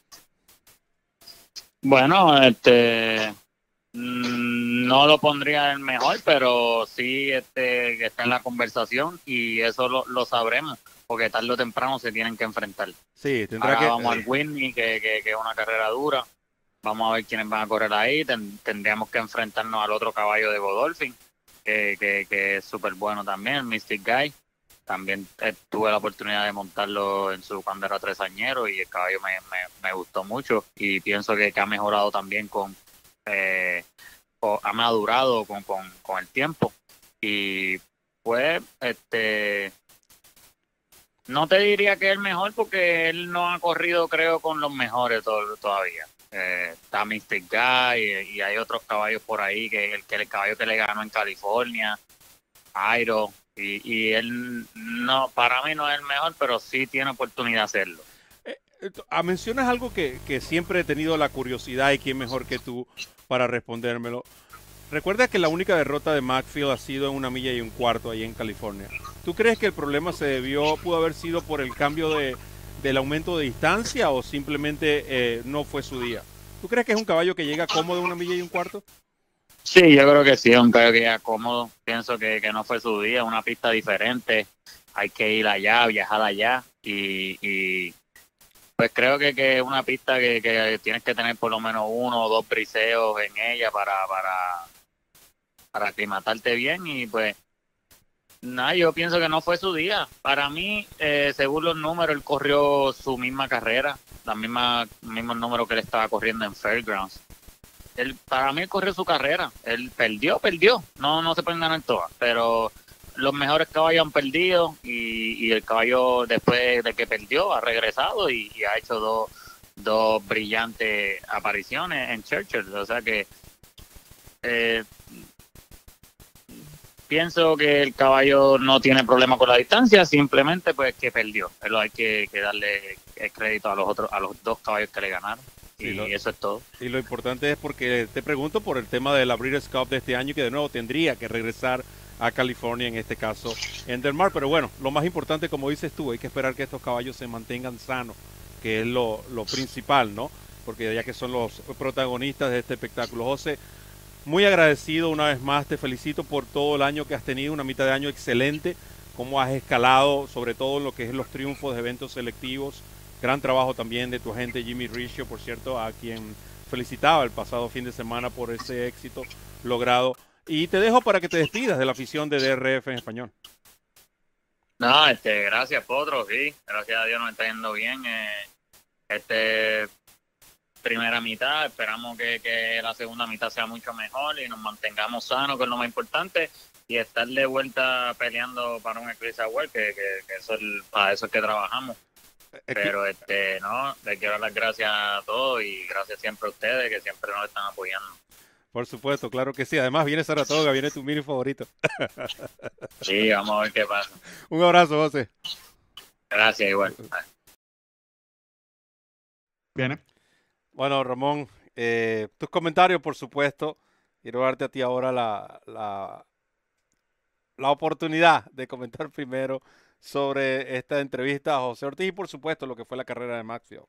Bueno, este no lo pondría el mejor, pero sí este que está en la conversación, y eso lo, lo sabremos, porque tarde o temprano se tienen que enfrentar. Sí, tendrá Ahora que... vamos al Whitney, que, que, que es una carrera dura. Vamos a ver quiénes van a correr ahí. Ten, tendríamos que enfrentarnos al otro caballo de Godolphin, que, que, que es súper bueno también, el Mystic Guy. También eh, tuve la oportunidad de montarlo en su cuando era tresañero, y el caballo me, me, me gustó mucho, y pienso que, que ha mejorado también con... Eh, o, ha madurado con, con, con el tiempo. Y pues, este... no te diría que es el mejor, porque él no ha corrido, creo, con los mejores to- todavía. Eh, está Mystic Guy, y, y hay otros caballos por ahí, que el, que el caballo que le ganó en California, Airo, y, y él no, para mí no es el mejor, pero sí tiene oportunidad de hacerlo. Eh, eh, mencionas algo que, que siempre he tenido la curiosidad, y quién mejor que tú para respondérmelo. Recuerda que la única derrota de Maxfield ha sido en una milla y un cuarto ahí en California. ¿Tú crees que el problema se debió, pudo haber sido por el cambio de, del aumento de distancia, o simplemente eh, no fue su día? ¿Tú crees que es un caballo que llega cómodo en una milla y un cuarto? Sí, yo creo que sí, es un caballo que llega cómodo. Pienso que, que no fue su día, una pista diferente. Hay que ir allá, viajar allá, y, y pues creo que que es una pista que, que tienes que tener por lo menos uno o dos briseos en ella para, para, para aclimatarte bien, y pues nada, yo pienso que no fue su día. Para mí, eh, según los números, él corrió su misma carrera, la misma mismo número que él estaba corriendo en Fairgrounds. Él, para mí, él corrió su carrera. Él perdió, perdió. No, no se pueden ganar todas, pero los mejores caballos han perdido y, y el caballo después de que perdió ha regresado y, y ha hecho dos, dos brillantes apariciones en Churchill. O sea que eh, pienso que el caballo no tiene problema con la distancia, simplemente pues que perdió. Pero hay que, que darle el crédito a los otros, a los dos caballos que le ganaron. Y sí, lo, eso es todo. Y lo importante es porque te pregunto por el tema de la Breeders' Cup de este año, que de nuevo tendría que regresar a California, en este caso en Del Mar. Pero bueno, lo más importante, como dices tú, hay que esperar que estos caballos se mantengan sanos, que es lo, lo principal, ¿no? Porque ya que son los protagonistas de este espectáculo. José, muy agradecido una vez más, te felicito por todo el año que has tenido, una mitad de año excelente, cómo has escalado, sobre todo en lo que es los triunfos de eventos selectivos. Gran trabajo también de tu agente Jimmy Riccio, por cierto, a quien felicitaba el pasado fin de semana por ese éxito logrado. Y te dejo para que te despidas de la afición de D R F en español. No, este, gracias, Potro, sí. Gracias a Dios nos está yendo bien. Eh, este primera mitad, esperamos que, que la segunda mitad sea mucho mejor y nos mantengamos sanos, que es lo más importante, y estar de vuelta peleando para un Eclipse Award, que, que, que eso es el, para eso es que trabajamos. Pero este no, les quiero dar las gracias a todos y gracias siempre a ustedes que siempre nos están apoyando. Por supuesto, claro que sí. Además viene Saratoga, viene tu mini favorito. Sí, vamos a ver qué pasa. Un abrazo, José. Gracias, igual. Viene. Bueno, Ramón, eh, tus comentarios, por supuesto. Quiero darte a ti ahora la, la, la oportunidad de comentar primero sobre esta entrevista a José Ortiz y por supuesto lo que fue la carrera de Maxfield.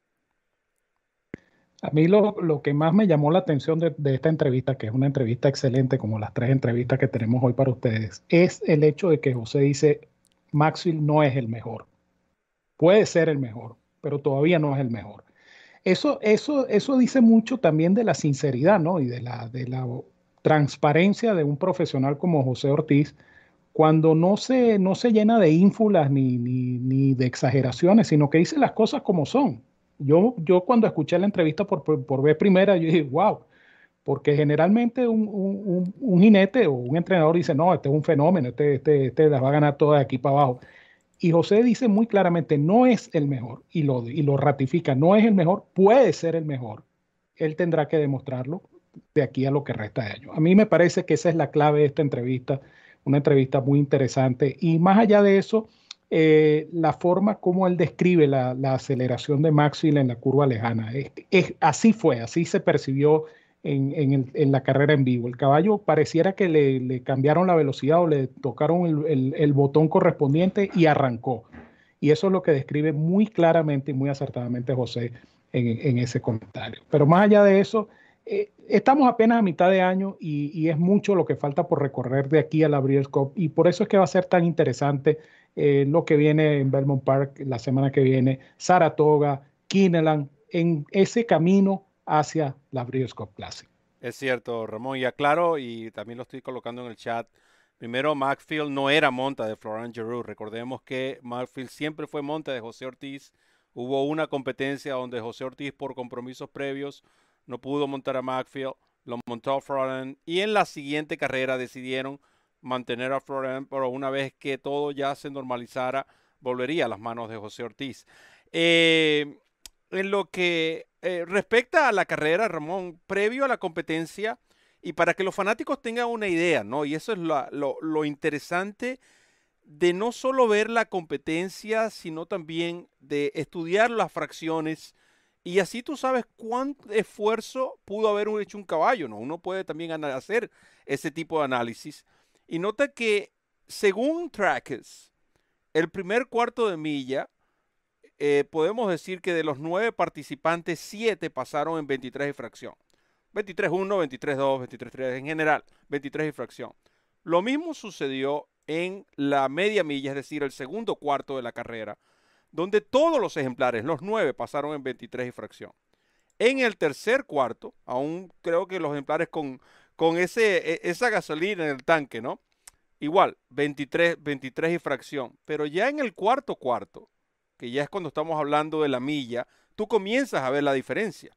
A mí lo, lo que más me llamó la atención de, de esta entrevista, que es una entrevista excelente como las tres entrevistas que tenemos hoy para ustedes, es el hecho de que José dice Maxfield no es el mejor. Puede ser el mejor, pero todavía no es el mejor. Eso, eso, eso dice mucho también de la sinceridad, ¿no? Y de la, de la transparencia de un profesional como José Ortiz, cuando no se, no se llena de ínfulas ni, ni, ni de exageraciones, sino que dice las cosas como son. Yo, yo cuando escuché la entrevista por, por, por vez primera, yo dije, wow, porque generalmente un, un, un jinete o un entrenador dice, no, este es un fenómeno, este, este, este las va a ganar todas de aquí para abajo. Y José dice muy claramente, no es el mejor, y lo, y lo ratifica, no es el mejor, puede ser el mejor. Él tendrá que demostrarlo de aquí a lo que resta de año. A mí me parece que esa es la clave de esta entrevista, una entrevista muy interesante. Y más allá de eso, eh, la forma como él describe la, la aceleración de Maxfield en la curva lejana, es, es, así fue, así se percibió en, en, el, en la carrera en vivo. El caballo pareciera que le, le cambiaron la velocidad o le tocaron el, el, el botón correspondiente y arrancó. Y eso es lo que describe muy claramente y muy acertadamente José en, en ese comentario. Pero más allá de eso, eh, estamos apenas a mitad de año y, y es mucho lo que falta por recorrer de aquí a la Breeders' Cup, y por eso es que va a ser tan interesante eh, lo que viene en Belmont Park la semana que viene, Saratoga, Kinnelland, en ese camino hacia la Breeders' Cup Classic. Es cierto, Ramón, y aclaro, y también lo estoy colocando en el chat. Primero, Maxfield no era monta de Florent Geroux. Recordemos que Maxfield siempre fue monta de José Ortiz. Hubo una competencia donde José Ortiz, por compromisos previos, no pudo montar a Maxfield, lo montó a Florent, y en la siguiente carrera decidieron mantener a Florent, pero una vez que todo ya se normalizara, volvería a las manos de José Ortiz. Eh, en lo que eh, respecta a la carrera, Ramón, previo a la competencia, y para que los fanáticos tengan una idea, ¿no? Y eso es la, lo, lo interesante de no solo ver la competencia, sino también de estudiar las fracciones. Y así tú sabes cuánto esfuerzo pudo haber hecho un caballo, ¿no? Uno puede también hacer ese tipo de análisis. Y nota que, según Trackers, el primer cuarto de milla, eh, podemos decir que de los nueve participantes, siete pasaron en veintitrés y fracción. veintitrés uno, veintitrés dos, veintitrés tres, en general, veintitrés y fracción. Lo mismo sucedió en la media milla, es decir, el segundo cuarto de la carrera, donde todos los ejemplares, los nueve, pasaron en veintitrés y fracción. En el tercer cuarto, aún creo que los ejemplares con, con ese, esa gasolina en el tanque, ¿no? Igual, veintitrés, veintitrés y fracción. Pero ya en el cuarto cuarto, que ya es cuando estamos hablando de la milla, tú comienzas a ver la diferencia.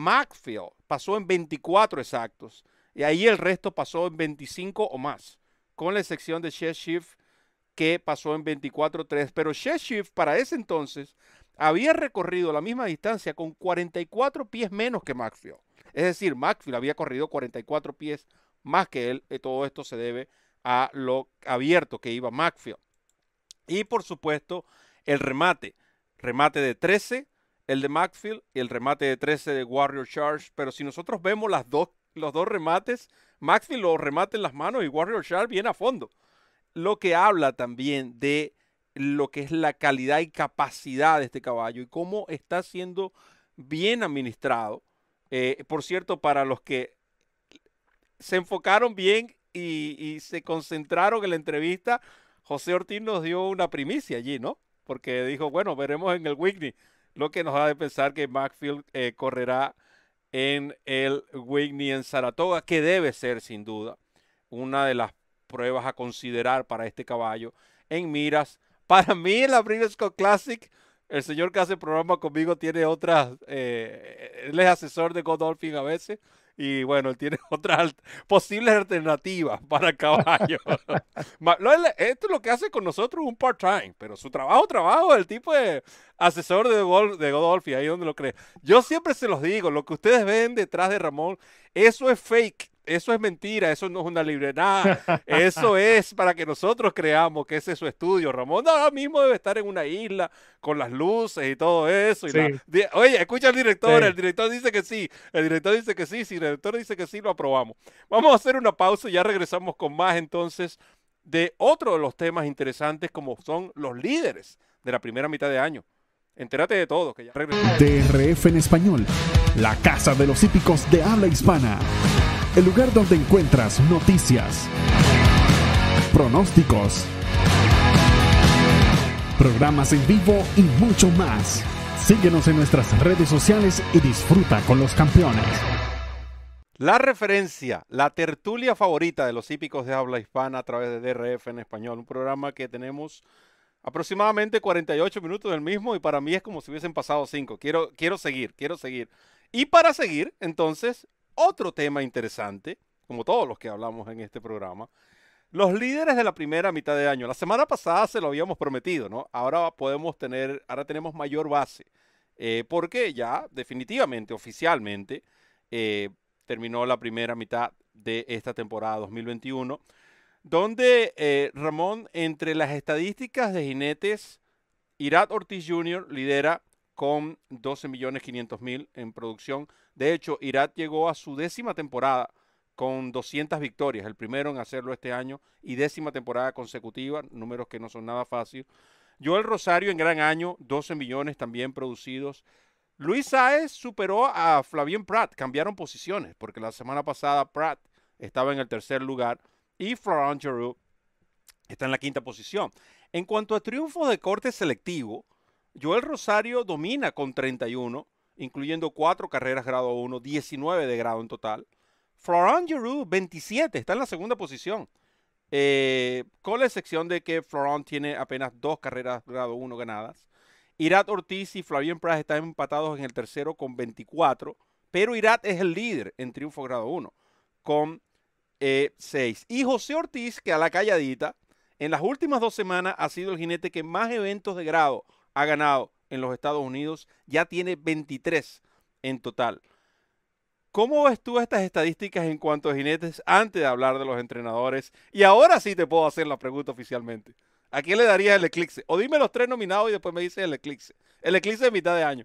Maxfield pasó en veinticuatro exactos, y ahí el resto pasó en veinticinco o más. con la excepción de Chet Schiff, que pasó en veinticuatro tres, pero Chet Schiff para ese entonces había recorrido la misma distancia con cuarenta y cuatro pies menos que Maxfield. Es decir, Maxfield había corrido cuarenta y cuatro pies más que él. Todo esto se debe a lo abierto que iba Maxfield. Y por supuesto, el remate. Remate de trece, el de Maxfield, y el remate de trece de Warrior Charge. Pero si nosotros vemos las dos, los dos remates, Maxfield lo remate en las manos y Warrior Charge viene a fondo. Lo que habla también de lo que es la calidad y capacidad de este caballo y cómo está siendo bien administrado. Eh, por cierto, para los que se enfocaron bien y, y se concentraron en la entrevista, José Ortiz nos dio una primicia allí, ¿no? Porque dijo, bueno, veremos en el Whitney, lo que nos da de pensar que Maxfield eh, correrá en el Whitney en Saratoga, que debe ser sin duda una de las pruebas a considerar para este caballo en miras. Para mí en la Breeders' Cup Classic, el señor que hace programa conmigo tiene otras, eh, él es asesor de Godolphin a veces, y bueno, él tiene otras posibles alternativas para el caballo. Esto es lo que hace con nosotros un part-time, pero su trabajo, trabajo, el tipo de asesor de, Gol, de Godolphin, ahí donde lo cree. Yo siempre se los digo, lo que ustedes ven detrás de Ramón, eso es fake. Eso es mentira, eso no es una libreta, eso es para que nosotros creamos que ese es su estudio. Ramón ahora mismo debe estar en una isla con las luces y todo eso. Y sí. la, oye, escucha al director, sí. el director dice que sí, el director dice que sí, si el director dice que sí, lo aprobamos. Vamos a hacer una pausa y ya regresamos con más entonces de otro de los temas interesantes como son los líderes de la primera mitad de año. Entérate de todo. Que ya regresamos. T R F en español, la casa de los hípicos de habla hispana. El lugar donde encuentras noticias, pronósticos, programas en vivo y mucho más. Síguenos en nuestras redes sociales y disfruta con los campeones. La referencia, la tertulia favorita de los hípicos de habla hispana a través de D R F en español. Un programa que tenemos aproximadamente cuarenta y ocho minutos del mismo y para mí es como si hubiesen pasado cinco. Quiero, quiero seguir, quiero seguir. Y para seguir, entonces, otro tema interesante, como todos los que hablamos en este programa, los líderes de la primera mitad de año. La semana pasada se lo habíamos prometido, ¿no? Ahora podemos tener, ahora tenemos mayor base, eh, porque ya definitivamente, oficialmente, eh, terminó la primera mitad de esta temporada dos mil veintiuno, donde eh, Ramón, entre las estadísticas de jinetes, Irad Ortiz junior lidera con doce millones quinientos mil en producción. De hecho, Irad llegó a su décima temporada con doscientas victorias, el primero en hacerlo este año, y décima temporada consecutiva, números que no son nada fácil. Joel Rosario en gran año, doce millones también producidos. Luis Sáez superó a Flavien Prat, cambiaron posiciones, porque la semana pasada Prat estaba en el tercer lugar y Florent Geroux está en la quinta posición. En cuanto a triunfos de corte selectivo, Joel Rosario domina con treinta y uno, incluyendo cuatro carreras grado uno, diecinueve de grado en total. Florent Geroux, veintisiete, está en la segunda posición. Eh, con la excepción de que Florent tiene apenas dos carreras grado uno ganadas. Irad Ortiz y Flavien Prat están empatados en el tercero con veinticuatro, pero Irad es el líder en triunfo grado uno con eh, seis. Y José Ortiz, que a la calladita, en las últimas dos semanas ha sido el jinete que más eventos de grado ha ganado en los Estados Unidos, ya tiene veintitrés en total. ¿Cómo ves tú estas estadísticas en cuanto a jinetes antes de hablar de los entrenadores? Y ahora sí te puedo hacer la pregunta oficialmente. ¿A quién le darías el eclipse? O dime los tres nominados y después me dices el eclipse. El eclipse de mitad de año.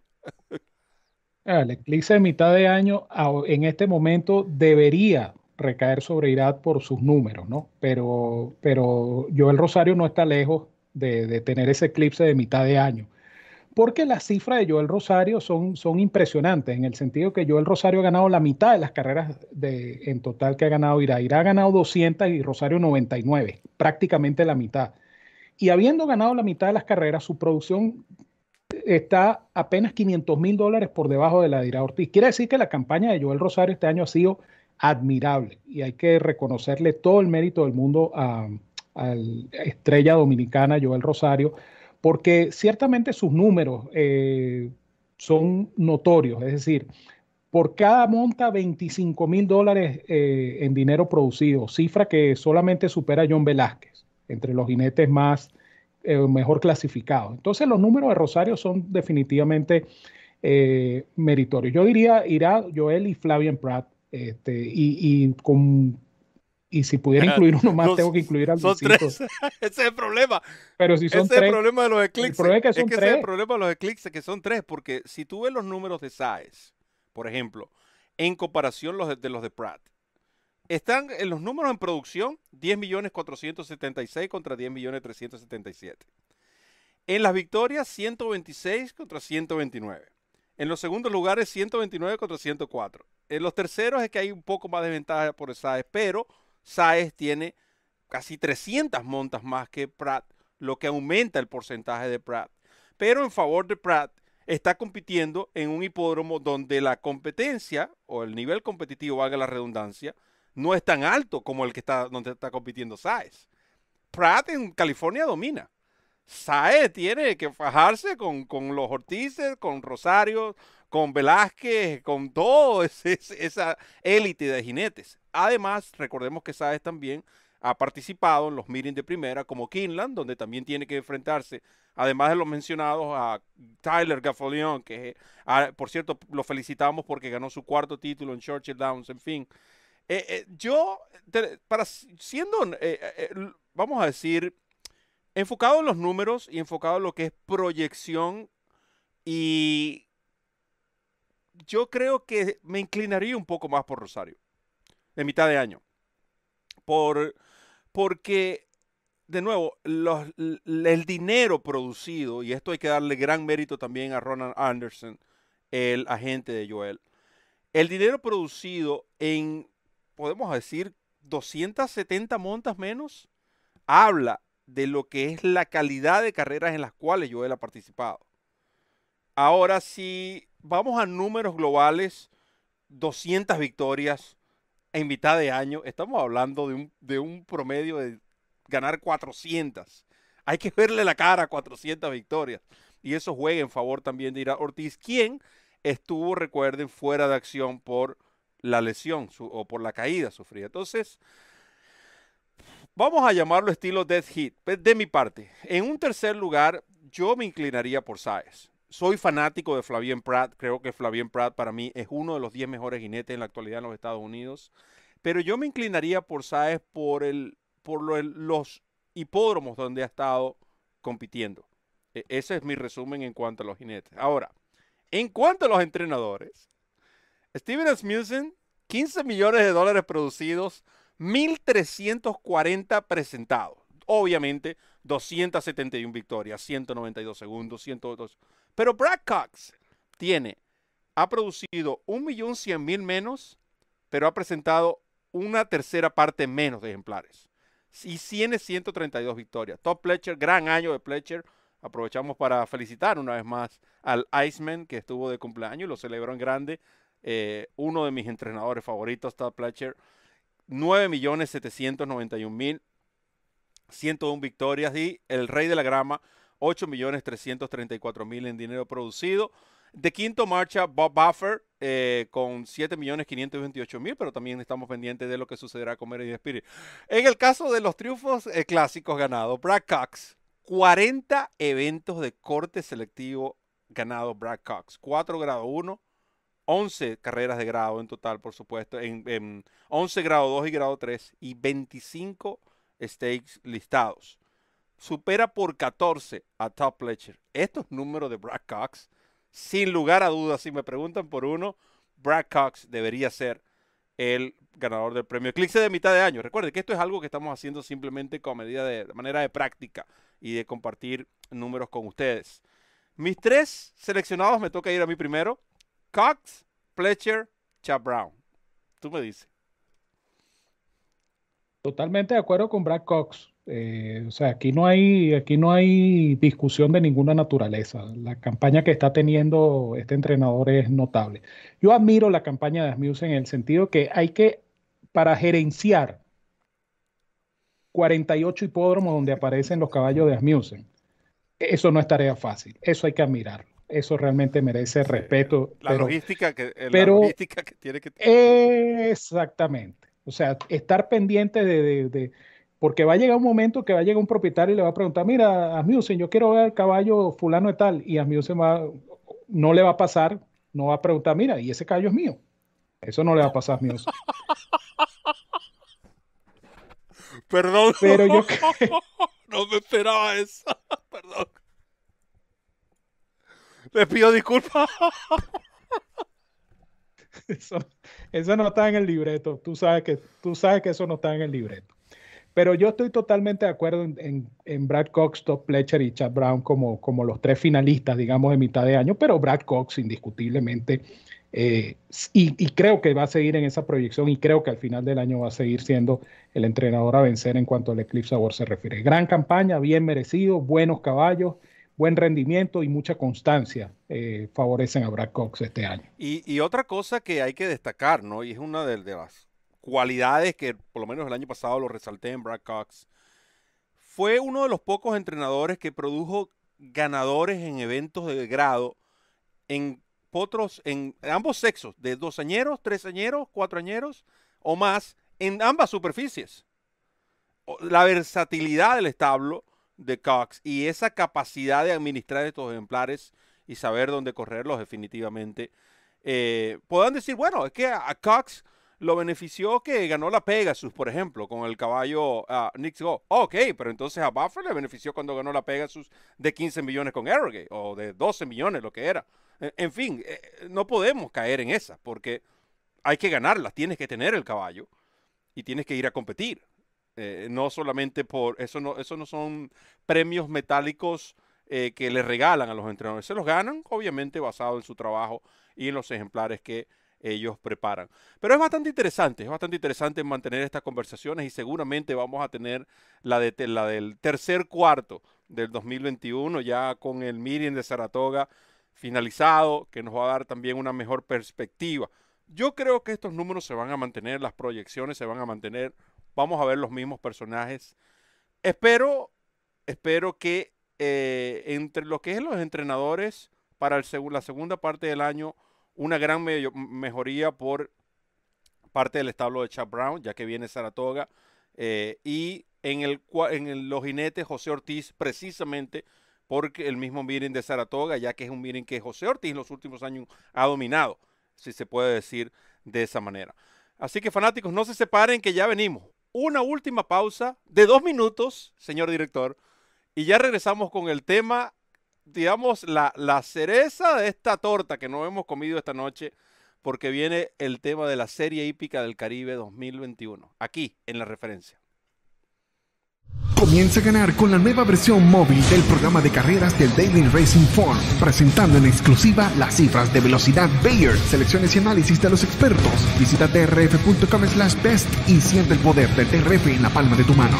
El eclipse de mitad de año en este momento debería recaer sobre Irad por sus números, ¿no? Pero, pero Joel Rosario no está lejos de, de tener ese eclipse de mitad de año. Porque las cifras de Joel Rosario son, son impresionantes, en el sentido que Joel Rosario ha ganado la mitad de las carreras de, en total que ha ganado Irad. Irad ha ganado doscientas y Rosario noventa y nueve, prácticamente la mitad. Y habiendo ganado la mitad de las carreras, su producción está apenas quinientos mil dólares por debajo de la de Irad Ortiz. Quiere decir que la campaña de Joel Rosario este año ha sido admirable y hay que reconocerle todo el mérito del mundo a, a la estrella dominicana Joel Rosario, porque ciertamente sus números eh, son notorios. Es decir, por cada monta veinticinco mil dólares eh, en dinero producido, cifra que solamente supera a John Velázquez, entre los jinetes más eh, mejor clasificados. Entonces los números de Rosario son definitivamente eh, meritorios. Yo diría irá Joel y Flavien Prat, este, y, y con... Y si pudiera incluir uno más, Los, tengo que incluir al Son Luisito. tres. Ese es el problema. Pero si son ese tres, es el problema de los eclipses. El problema es que son es que tres. ese es el problema de los eclipses, que son tres. Porque si tú ves los números de Sáez, por ejemplo, en comparación los de, de los de Prat, están en los números en producción, diez millones cuatrocientos setenta y seis contra diez millones trescientos setenta y siete. En las victorias, ciento veintiséis contra ciento veintinueve. En los segundos lugares, ciento veintinueve contra ciento cuatro. En los terceros es que hay un poco más de ventaja por Sáez, pero Sáez tiene casi trescientas montas más que Prat, lo que aumenta el porcentaje de Prat. Pero en favor de Prat, está compitiendo en un hipódromo donde la competencia, o el nivel competitivo, valga la redundancia, no es tan alto como el que está donde está compitiendo Sáez. Prat en California domina. Sáez tiene que fajarse con, con los Ortizes, con Rosario, con Velázquez, con todo ese, esa élite de jinetes. Además, recordemos que Sáez también ha participado en los meetings de primera, como Keeneland, donde también tiene que enfrentarse, además de los mencionados, a Tyler Gaffalion, que a, por cierto lo felicitamos porque ganó su cuarto título en Churchill Downs, en fin. Eh, eh, yo, te, para siendo, eh, eh, vamos a decir, enfocado en los números y enfocado en lo que es proyección, y yo creo que me inclinaría un poco más por Rosario, de mitad de año. Por, porque, de nuevo, los, el dinero producido, y esto hay que darle gran mérito también a Ronald Anderson, el agente de Joel, el dinero producido en, podemos decir, doscientas setenta montas menos, habla de lo que es la calidad de carreras en las cuales Joel ha participado. Ahora, si vamos a números globales, doscientas victorias en mitad de año, estamos hablando de un, de un promedio de ganar cuatrocientas. Hay que verle la cara a cuatrocientas victorias. Y eso juega en favor también de Ira Ortiz, quien estuvo, recuerden, fuera de acción por la lesión su, o por la caída sufrida. Entonces, vamos a llamarlo estilo Death Heat. De mi parte, en un tercer lugar, yo me inclinaría por Sáez. Soy fanático de Flavien Prat. Creo que Flavien Prat para mí es uno de los diez mejores jinetes en la actualidad en los Estados Unidos. Pero yo me inclinaría por Sáez por, el, por lo, el, los hipódromos donde ha estado compitiendo. E ese es mi resumen en cuanto a los jinetes. Ahora, en cuanto a los entrenadores, Steven Asmussen, quince millones de dólares producidos, mil trescientos cuarenta presentados. Obviamente, doscientas setenta y una victorias, ciento noventa y dos segundos, ciento dos. Pero Brad Cox tiene, ha producido un millón cien mil menos, pero ha presentado una tercera parte menos de ejemplares. Y tiene ciento treinta y dos victorias. Todd Pletcher, gran año de Pletcher. Aprovechamos para felicitar una vez más al Iceman, que estuvo de cumpleaños y lo celebró en grande. Eh, uno de mis entrenadores favoritos, Todd Pletcher. nueve millones setecientos noventa y un mil, ciento una victorias. Y el rey de la grama, ocho millones trescientos treinta y cuatro mil en dinero producido. De quinto marcha Bob Buffer eh, con siete millones quinientos veintiocho mil, pero también estamos pendientes de lo que sucederá con Meredith Spirit. En el caso de los triunfos eh, clásicos ganados, Brad Cox, cuarenta eventos de corte selectivo ganados Brad Cox, cuatro grado uno, once carreras de grado en total, por supuesto, en, en once grado dos y grado tres y veinticinco stakes listados. Supera por catorce a Todd Pletcher. Estos números de Brad Cox, sin lugar a dudas, si me preguntan por uno, Brad Cox debería ser el ganador del premio Eclipse de mitad de año. Recuerden que esto es algo que estamos haciendo simplemente con medida de, de manera de práctica y de compartir números con ustedes. Mis tres seleccionados, me toca ir a mí primero. Cox, Pletcher, Chad Brown. Tú me dices. Totalmente de acuerdo con Brad Cox. Eh, o sea, aquí no hay, aquí no hay discusión de ninguna naturaleza. La campaña que está teniendo este entrenador es notable. Yo admiro la campaña de Asmussen en el sentido que hay que, para gerenciar cuarenta y ocho hipódromos donde aparecen los caballos de Asmussen, eso no es tarea fácil. Eso hay que admirarlo. eso realmente merece Sí, respeto. La pero, logística que, eh, la pero logística que tiene que exactamente. O sea, estar pendiente de, de- de- porque va a llegar un momento que va a llegar un propietario y le va a preguntar, mira, Asmussen, yo quiero ver el caballo fulano y tal, y Asmussen va, no le va a pasar, no va a preguntar, mira, y ese caballo es mío. Eso no le va a pasar a Asmussen. Perdón, Pero yo, no me esperaba eso. Perdón. Les pido disculpas. eso, eso no está en el libreto. Tú sabes que, tú sabes que eso no está en el libreto. Pero yo estoy totalmente de acuerdo en, en, en Brad Cox, Todd Pletcher y Chad Brown como, como los tres finalistas, digamos, de mitad de año, pero Brad Cox indiscutiblemente, eh, y, y creo que va a seguir en esa proyección y creo que al final del año va a seguir siendo el entrenador a vencer en cuanto al Eclipse Award se refiere. Gran campaña, bien merecido, buenos caballos, buen rendimiento y mucha constancia eh, favorecen a Brad Cox este año. Y, y otra cosa que hay que destacar, ¿no? Y es una de, de las cualidades que por lo menos el año pasado lo resalté en Brad Cox. Fue uno de los pocos entrenadores que produjo ganadores en eventos de grado en potros, en ambos sexos, de dos añeros, tres añeros, cuatro añeros o más, en ambas superficies. La versatilidad del establo de Cox y esa capacidad de administrar estos ejemplares y saber dónde correrlos definitivamente. Eh, puedan decir, bueno, es que a Cox lo benefició que ganó la Pegasus, por ejemplo, con el caballo uh, Knicks Go. Oh, ok, pero entonces a Buffer le benefició cuando ganó la Pegasus de quince millones con Arrogate o de doce millones, lo que era. En, en fin, eh, no podemos caer en esa porque hay que ganarlas, tienes que tener el caballo y tienes que ir a competir. Eh, no solamente por, eso no, eso no son premios metálicos eh, que le regalan a los entrenadores, se los ganan obviamente basado en su trabajo y en los ejemplares que ellos preparan. Pero es bastante interesante, es bastante interesante mantener estas conversaciones y seguramente vamos a tener la, de, la del tercer cuarto del dos mil veintiuno ya con el meeting de Saratoga finalizado, que nos va a dar también una mejor perspectiva. Yo creo que estos números se van a mantener, las proyecciones se van a mantener. Vamos a ver los mismos personajes. Espero, espero que eh, entre lo que es los entrenadores para el seg la segunda parte del año, una gran me mejoría por parte del establo de Chad Brown, ya que viene Saratoga. Eh, y en, el, en el, los jinetes, José Ortiz, precisamente porque el mismo meeting de Saratoga, ya que es un meeting que José Ortiz en los últimos años ha dominado, si se puede decir de esa manera. Así que fanáticos, no se separen que ya venimos. Una última pausa de dos minutos, señor director, y ya regresamos con el tema, digamos, la, la cereza de esta torta que no hemos comido esta noche, porque viene el tema de la Serie Hípica del Caribe dos mil veintiuno, aquí en La Referencia. Comienza a ganar con la nueva versión móvil del programa de carreras del Daily Racing Form, presentando en exclusiva las cifras de velocidad Bayer, selecciones y análisis de los expertos. Visita t r f punto com slash best y siente el poder del T R F en la palma de tu mano.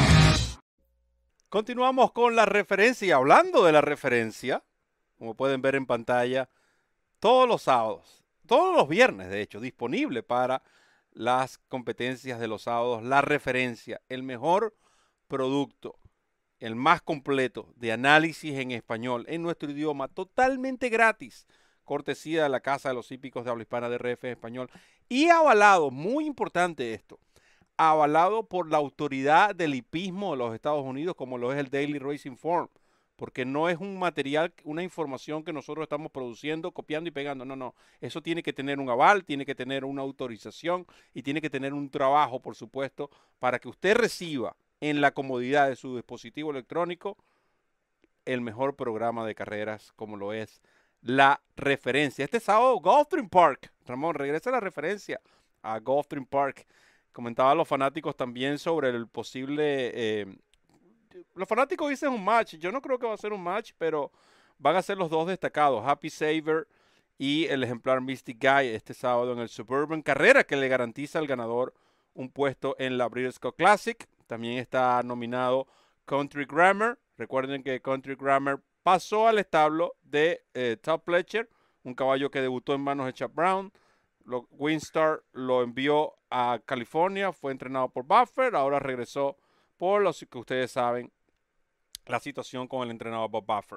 Continuamos con La Referencia y hablando de La Referencia, como pueden ver en pantalla, todos los sábados, todos los viernes de hecho, disponible para las competencias de los sábados, La Referencia, el mejor producto, el más completo de análisis en español, en nuestro idioma, totalmente gratis, cortesía de la Casa de los Hípicos de Habla Hispana de R F en español y avalado, muy importante esto, avalado por la autoridad del hipismo de los Estados Unidos como lo es el Daily Racing Form, porque no es un material, una información que nosotros estamos produciendo, copiando y pegando, no, no, eso tiene que tener un aval, tiene que tener una autorización y tiene que tener un trabajo, por supuesto, para que usted reciba en la comodidad de su dispositivo electrónico el mejor programa de carreras como lo es La Referencia. Este sábado, Gulfstream Park. Ramón, regresa La Referencia a Gulfstream Park. Comentaban los fanáticos también sobre el posible... Eh, los fanáticos dicen un match. Yo no creo que va a ser un match, pero van a ser los dos destacados. Happy Saver y el ejemplar Mystic Guy este sábado en el Suburban. Carrera que le garantiza al ganador un puesto en la Breeders' Cup Classic. También está nominado Country Grammar. Recuerden que Country Grammar pasó al establo de eh, Todd Pletcher, un caballo que debutó en manos de Chad Brown. Lo, Winstar lo envió a California, fue entrenado por Buffer, ahora regresó por lo que ustedes saben, la situación con el entrenador Bob Buffer.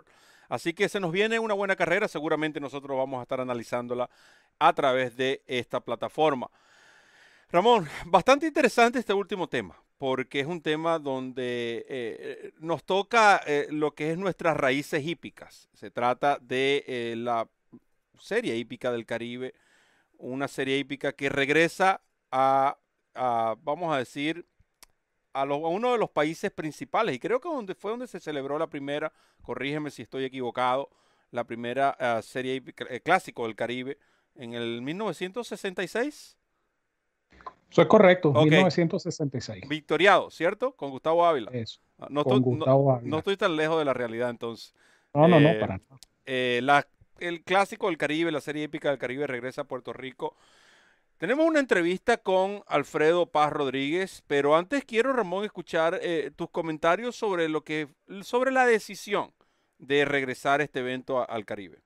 Así que se nos viene una buena carrera, seguramente nosotros vamos a estar analizándola a través de esta plataforma. Ramón, bastante interesante este último tema, porque es un tema donde eh, nos toca eh, lo que es nuestras raíces hípicas. Se trata de eh, la serie hípica del Caribe, una serie hípica que regresa a, a vamos a decir, a, lo, a uno de los países principales, y creo que donde fue donde se celebró la primera, corrígeme si estoy equivocado, la primera uh, serie hípica, eh, clásico del Caribe, en el mil novecientos sesenta y seis. Eso es correcto, Okay. mil novecientos sesenta y seis. Victoriado, ¿cierto? Con Gustavo Ávila. Eso, no, con estoy, Gustavo no, Ávila. no estoy tan lejos de la realidad entonces. No, eh, no, no, para nada. Eh, la, el clásico del Caribe, la serie épica del Caribe regresa a Puerto Rico. Tenemos una entrevista con Alfredo Paz Rodríguez, pero antes quiero, Ramón, escuchar eh, tus comentarios sobre lo que, sobre la decisión de regresar este evento a, al Caribe.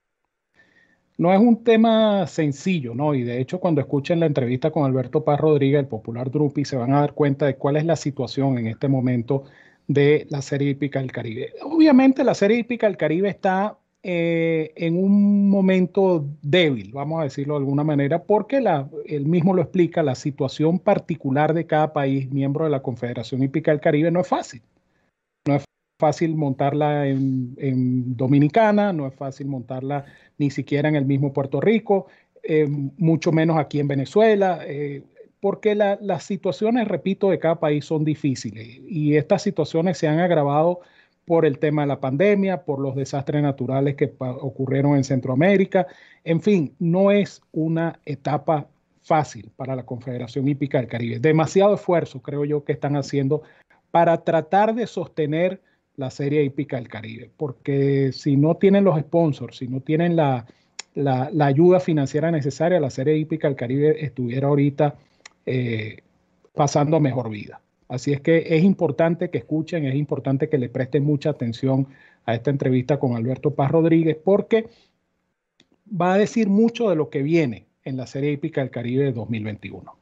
No es un tema sencillo, ¿no? Y de hecho, cuando escuchen la entrevista con Alberto Paz Rodríguez, el popular Drupi, se van a dar cuenta de cuál es la situación en este momento de la Serie Hípica del Caribe. Obviamente, la Serie Hípica del Caribe está eh, en un momento débil, vamos a decirlo de alguna manera, porque la, él mismo lo explica, la situación particular de cada país miembro de la Confederación Hípica del Caribe no es fácil. No es fácil montarla en, en Dominicana, no es fácil montarla ni siquiera en el mismo Puerto Rico, eh, mucho menos aquí en Venezuela, eh, porque la, las situaciones, repito, de cada país son difíciles y estas situaciones se han agravado por el tema de la pandemia, por los desastres naturales que ocurrieron en Centroamérica. En fin, no es una etapa fácil para la Confederación Hípica del Caribe. Demasiado esfuerzo, creo yo, que están haciendo para tratar de sostener la Serie Hípica del Caribe, porque si no tienen los sponsors, si no tienen la, la, la ayuda financiera necesaria, la Serie Hípica del Caribe estuviera ahorita eh, pasando mejor vida. Así es que es importante que escuchen, es importante que le presten mucha atención a esta entrevista con Alberto Paz Rodríguez, porque va a decir mucho de lo que viene en la Serie Hípica del Caribe de dos mil veintiuno.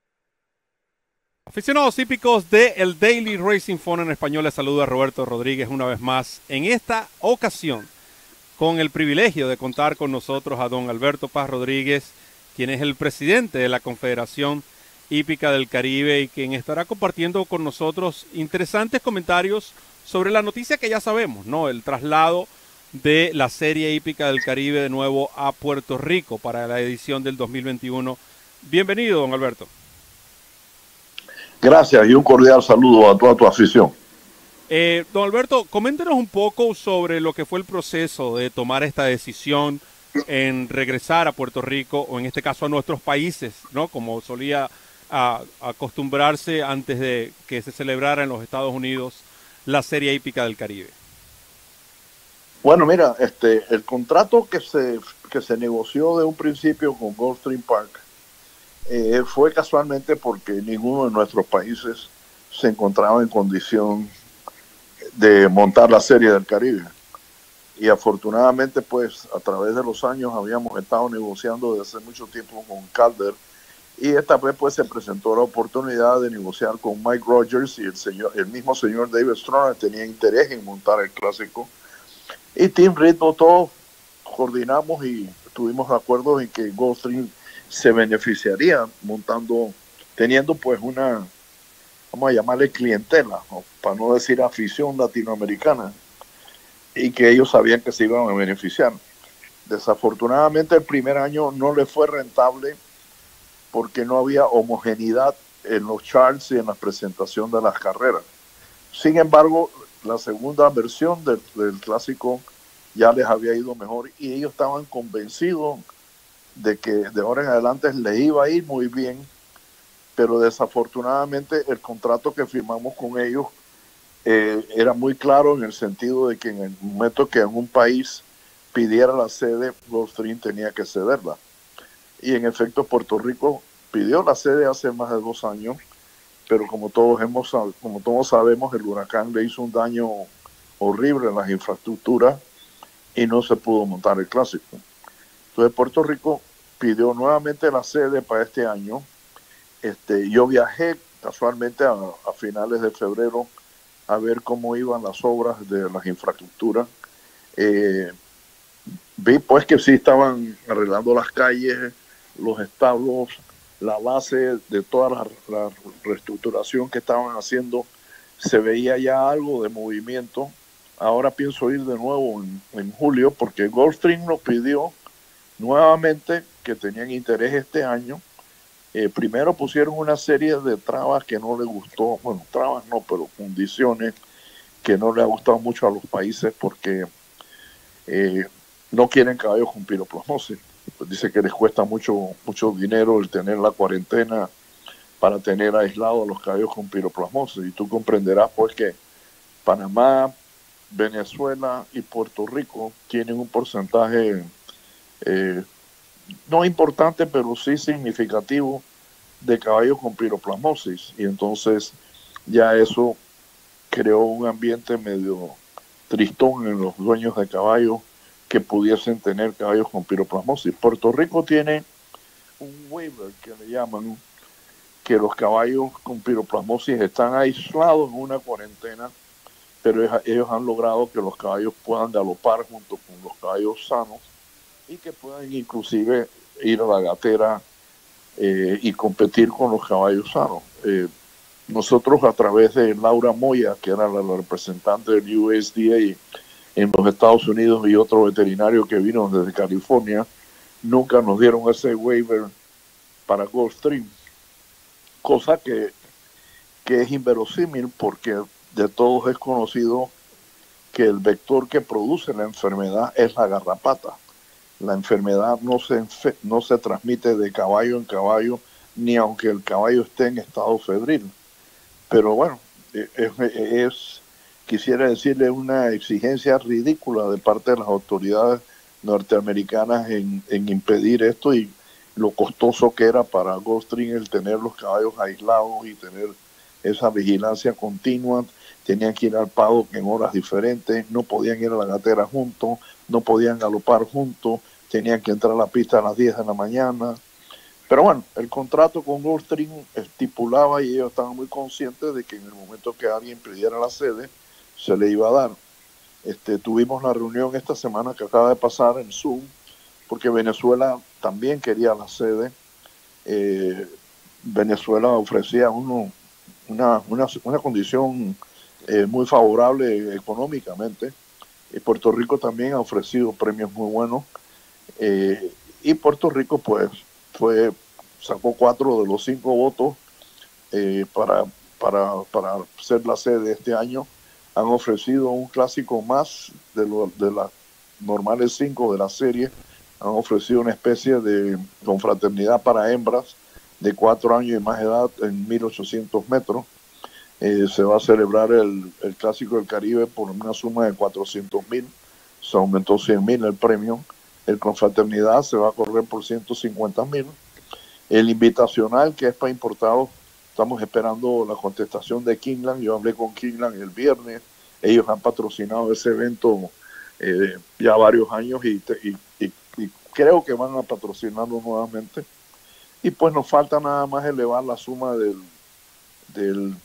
Aficionados hípicos de el Daily Racing Phone en español, les saluda Roberto Rodríguez una vez más. En esta ocasión, con el privilegio de contar con nosotros a don Alberto Paz Rodríguez, quien es el presidente de la Confederación Hípica del Caribe y quien estará compartiendo con nosotros interesantes comentarios sobre la noticia que ya sabemos, ¿no? El traslado de la Serie Hípica del Caribe de nuevo a Puerto Rico para la edición del dos mil veintiuno. Bienvenido, don Alberto. Gracias y un cordial saludo a toda tu afición. Eh, don Alberto, coméntenos un poco sobre lo que fue el proceso de tomar esta decisión en regresar a Puerto Rico, o en este caso a nuestros países, ¿no? Como solía a, acostumbrarse antes de que se celebrara en los Estados Unidos la Serie Hípica del Caribe. Bueno, mira, este, el contrato que se, que se negoció de un principio con Gulfstream Park Eh, fue casualmente porque ninguno de nuestros países se encontraba en condición de montar la Serie del Caribe, y afortunadamente pues a través de los años habíamos estado negociando desde hace mucho tiempo con Calder, y esta vez pues se presentó la oportunidad de negociar con Mike Rogers, y el, señor, el mismo señor David Stroner tenía interés en montar el clásico, y Team Ritmo, todos coordinamos y tuvimos acuerdos en que Gulfstream se beneficiaría montando, teniendo pues una, vamos a llamarle clientela, ¿no? Para no decir afición latinoamericana, y que ellos sabían que se iban a beneficiar. Desafortunadamente el primer año no le fue rentable porque no había homogeneidad en los charts y en la presentación de las carreras. Sin embargo, la segunda versión del, del clásico ya les había ido mejor y ellos estaban convencidos de que de ahora en adelante les iba a ir muy bien, pero desafortunadamente el contrato que firmamos con ellos eh, era muy claro en el sentido de que en el momento que en un país pidiera la sede, Gulfstream tenía que cederla. Y en efecto Puerto Rico pidió la sede hace más de dos años, pero como todos, hemos, como todos sabemos, el huracán le hizo un daño horrible en las infraestructuras y no se pudo montar el clásico. Entonces Puerto Rico pidió nuevamente la sede para este año. Este, yo viajé casualmente a, a finales de febrero a ver cómo iban las obras de las infraestructuras Eh, vi pues que sí estaban arreglando las calles, los establos, la base de toda la, la reestructuración que estaban haciendo. Se veía ya algo de movimiento. Ahora pienso ir de nuevo en, en julio porque Gulfstream nos pidió nuevamente que tenían interés este año. Eh, primero pusieron una serie de trabas que no le gustó, bueno, trabas no, pero condiciones que no le ha gustado mucho a los países porque eh, no quieren caballos con piroplasmosis. Pues dice que les cuesta mucho, mucho dinero el tener la cuarentena para tener aislados a los caballos con piroplasmosis. Y tú comprenderás pues que Panamá, Venezuela y Puerto Rico tienen un porcentaje eh, no importante, pero sí significativo de caballos con piroplasmosis. Y entonces ya eso creó un ambiente medio tristón en los dueños de caballos que pudiesen tener caballos con piroplasmosis. Puerto Rico tiene un waiver que le llaman, que los caballos con piroplasmosis están aislados en una cuarentena, pero ellos han logrado que los caballos puedan galopar junto con los caballos sanos y que puedan inclusive ir a la gatera eh, y competir con los caballos sanos. Eh, nosotros a través de Laura Moya, que era la representante del U S D A en los Estados Unidos, y otro veterinario que vino desde California, nunca nos dieron ese waiver para Gulfstream, cosa que, que es inverosímil porque de todos es conocido que el vector que produce la enfermedad es la garrapata. La enfermedad no se, no se transmite de caballo en caballo, ni aunque el caballo esté en estado febril. Pero bueno, es, es quisiera decirle una exigencia ridícula de parte de las autoridades norteamericanas en, en impedir esto, y lo costoso que era para Gulfstream el tener los caballos aislados y tener esa vigilancia continua. Tenían que ir al paddock en horas diferentes, no podían ir a la gatera juntos, no podían galopar juntos, tenían que entrar a la pista a las diez de la mañana. Pero bueno, el contrato con Gulfstream estipulaba, y ellos estaban muy conscientes de que en el momento que alguien pidiera la sede, se le iba a dar. Este, tuvimos la reunión esta semana que acaba de pasar en Zoom, porque Venezuela también quería la sede. Eh, Venezuela ofrecía uno, una, una, una condición eh, muy favorable económicamente. Y Puerto Rico también ha ofrecido premios muy buenos. Eh, y Puerto Rico pues fue sacó cuatro de los cinco votos eh, para, para, para ser la sede este año. Han ofrecido un clásico más de, lo, de las normales cinco de la serie. Han ofrecido una especie de confraternidad para hembras de cuatro años y más edad en mil ochocientos metros. Eh, se va a celebrar el, el Clásico del Caribe por una suma de cuatrocientos mil. Se aumentó cien mil el premio. El confraternidad se va a correr por ciento cincuenta mil. El invitacional, que es para importados, estamos esperando la contestación de Kingland. Yo hablé con Kingland el viernes. Ellos han patrocinado ese evento eh, ya varios años y, y, y, y creo que van a patrocinarlo nuevamente. Y pues nos falta nada más elevar la suma del, del,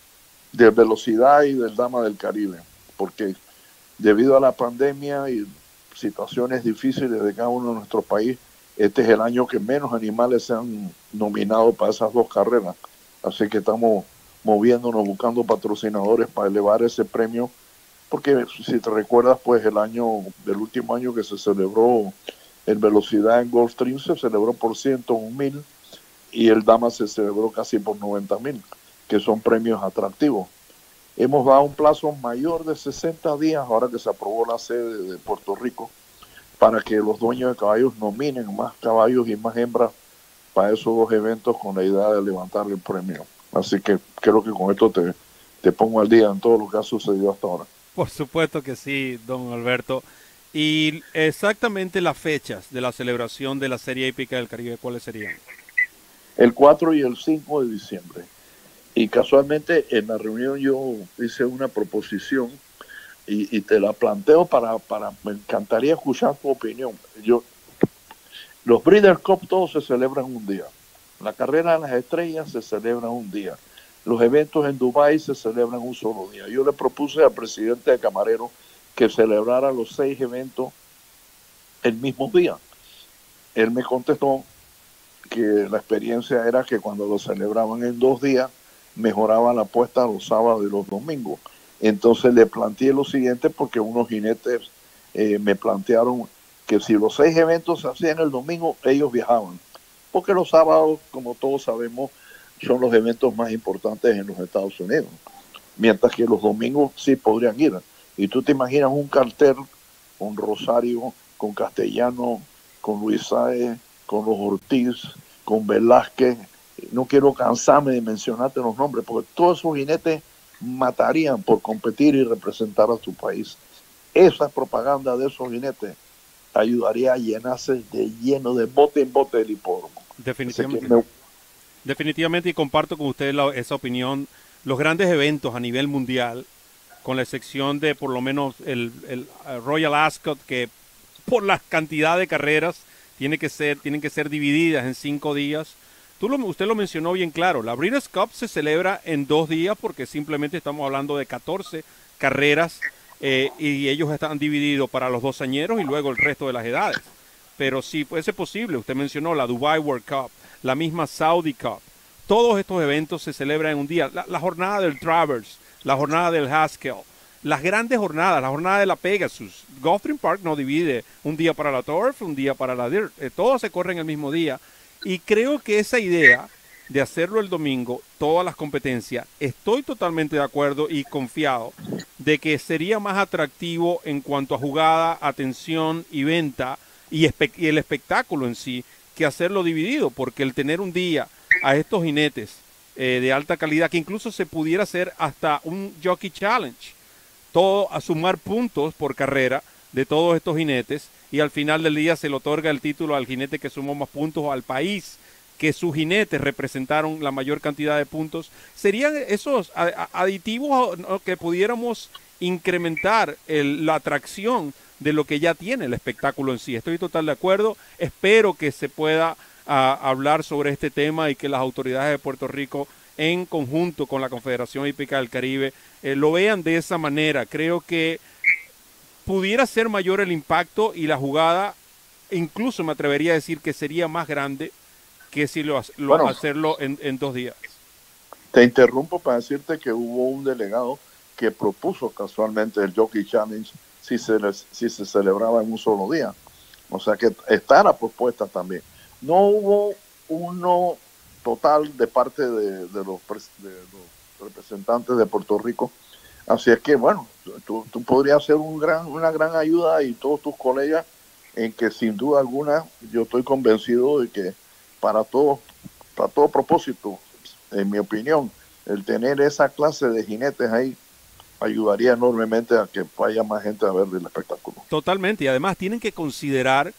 de velocidad y del Dama del Caribe, porque debido a la pandemia y situaciones difíciles de cada uno de nuestros países, este es el año que menos animales se han nominado para esas dos carreras. Así que estamos moviéndonos, buscando patrocinadores para elevar ese premio, porque si te recuerdas, pues el año, el último año que se celebró el velocidad en Gulfstream se celebró por ciento un mil y el Dama se celebró casi por noventa mil, que son premios atractivos. Hemos dado un plazo mayor de sesenta días, ahora que se aprobó la sede de Puerto Rico, para que los dueños de caballos nominen más caballos y más hembras para esos dos eventos, con la idea de levantar el premio. Así que creo que con esto te, te pongo al día en todo lo que ha sucedido hasta ahora. Por supuesto que sí, don Alberto. Y exactamente las fechas de la celebración de la Serie Hípica del Caribe, ¿cuáles serían? El cuatro y el cinco de diciembre. Y casualmente en la reunión yo hice una proposición y, y te la planteo para, para, me encantaría escuchar tu opinión. Yo, los Breeders' Cup todos se celebran un día. La carrera de las estrellas se celebra un día. Los eventos en Dubái se celebran un solo día. Yo le propuse al presidente de Camarero que celebrara los seis eventos el mismo día. Él me contestó que la experiencia era que cuando lo celebraban en dos días, mejoraba la apuesta los sábados y los domingos. Entonces le planteé lo siguiente, porque unos jinetes eh, me plantearon que si los seis eventos se hacían el domingo, ellos viajaban. Porque los sábados, como todos sabemos, son los eventos más importantes en los Estados Unidos. Mientras que los domingos sí podrían ir. Y tú te imaginas un cartel con Rosario, con Castellano, con Luis Sáez, con los Ortiz, con Velázquez. No quiero cansarme de mencionarte los nombres, porque todos esos jinetes matarían por competir y representar a su país. Esa propaganda de esos jinetes ayudaría a llenarse de lleno de bote en bote el hipódromo. Definitivamente. Me... Definitivamente, y comparto con usted la, esa opinión. Los grandes eventos a nivel mundial, con la excepción de por lo menos el, el Royal Ascot, que por la cantidad de carreras tiene que ser, tienen que ser divididas en cinco días. Tú lo, usted lo mencionó bien claro, la Breeders' Cup se celebra en dos días porque simplemente estamos hablando de catorce carreras eh, y ellos están divididos para los dosañeros y luego el resto de las edades. Pero si fuese posible, usted mencionó la Dubai World Cup, la misma Saudi Cup. Todos estos eventos se celebran en un día. La, la jornada del Travers, la jornada del Haskell, las grandes jornadas, la jornada de la Pegasus. Gulfstream Park no divide un día para la Turf, un día para la Dirt. Eh, todos se corren el mismo día. Y creo que esa idea de hacerlo el domingo, todas las competencias, estoy totalmente de acuerdo y confiado de que sería más atractivo en cuanto a jugada, atención y venta y, espe y el espectáculo en sí, que hacerlo dividido, porque el tener un día a estos jinetes eh, de alta calidad, que incluso se pudiera hacer hasta un Jockey Challenge, todo a sumar puntos por carrera de todos estos jinetes, y al final del día se le otorga el título al jinete que sumó más puntos o al país que sus jinetes representaron la mayor cantidad de puntos. Serían esos aditivos que pudiéramos incrementar el, la atracción de lo que ya tiene el espectáculo en sí. Estoy total de acuerdo. Espero que se pueda a hablar sobre este tema y que las autoridades de Puerto Rico, en conjunto con la Confederación Hípica del Caribe, eh, lo vean de esa manera. Creo que pudiera ser mayor el impacto y la jugada, incluso me atrevería a decir que sería más grande que si lo, lo bueno, hacerlo en, en dos días. Te interrumpo para decirte que hubo un delegado que propuso casualmente el Jockey Challenge si se, les, si se celebraba en un solo día. O sea que está la propuesta también. No hubo uno total de parte de, de, los, de los representantes de Puerto Rico. Así es que, bueno, tú, tú podrías ser un gran, una gran ayuda, y todos tus colegas, en que sin duda alguna yo estoy convencido de que para todo, para todo propósito, en mi opinión, el tener esa clase de jinetes ahí ayudaría enormemente a que vaya más gente a ver el espectáculo. Totalmente, y además tienen que considerar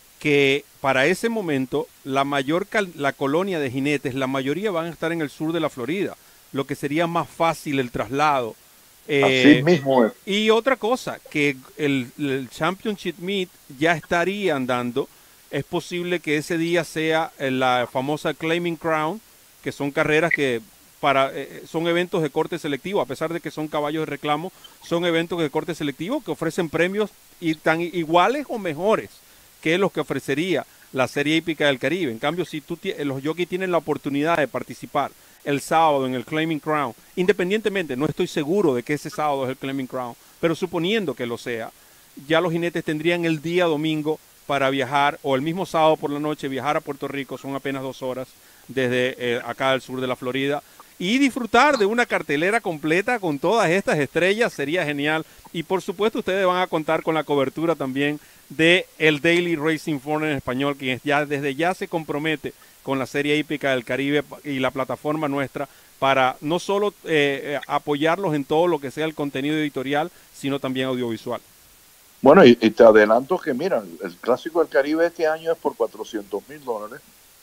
que para ese momento la mayor la colonia de jinetes, la mayoría van a estar en el sur de la Florida, lo que sería más fácil el traslado. Eh, Así mismo es. Y otra cosa, que el, el Championship Meet ya estaría andando. Es posible que ese día sea la famosa Claiming Crown, que son carreras que para eh, son eventos de corte selectivo, a pesar de que son caballos de reclamo, son eventos de corte selectivo que ofrecen premios y tan iguales o mejores que los que ofrecería la Serie Hípica del Caribe. En cambio, si tú los jockeys tienen la oportunidad de participar el sábado en el Claiming Crown, independientemente, no estoy seguro de que ese sábado es el Claiming Crown, pero suponiendo que lo sea, ya los jinetes tendrían el día domingo para viajar, o el mismo sábado por la noche viajar a Puerto Rico, son apenas dos horas desde eh, acá del sur de la Florida, y disfrutar de una cartelera completa con todas estas estrellas. Sería genial. Y por supuesto ustedes van a contar con la cobertura también de el Daily Racing Form en español, que ya desde ya se compromete con la Serie Hípica del Caribe y la plataforma nuestra para no solo eh, apoyarlos en todo lo que sea el contenido editorial, sino también audiovisual. Bueno, y, y te adelanto que, mira, el Clásico del Caribe este año es por cuatrocientos mil dólares,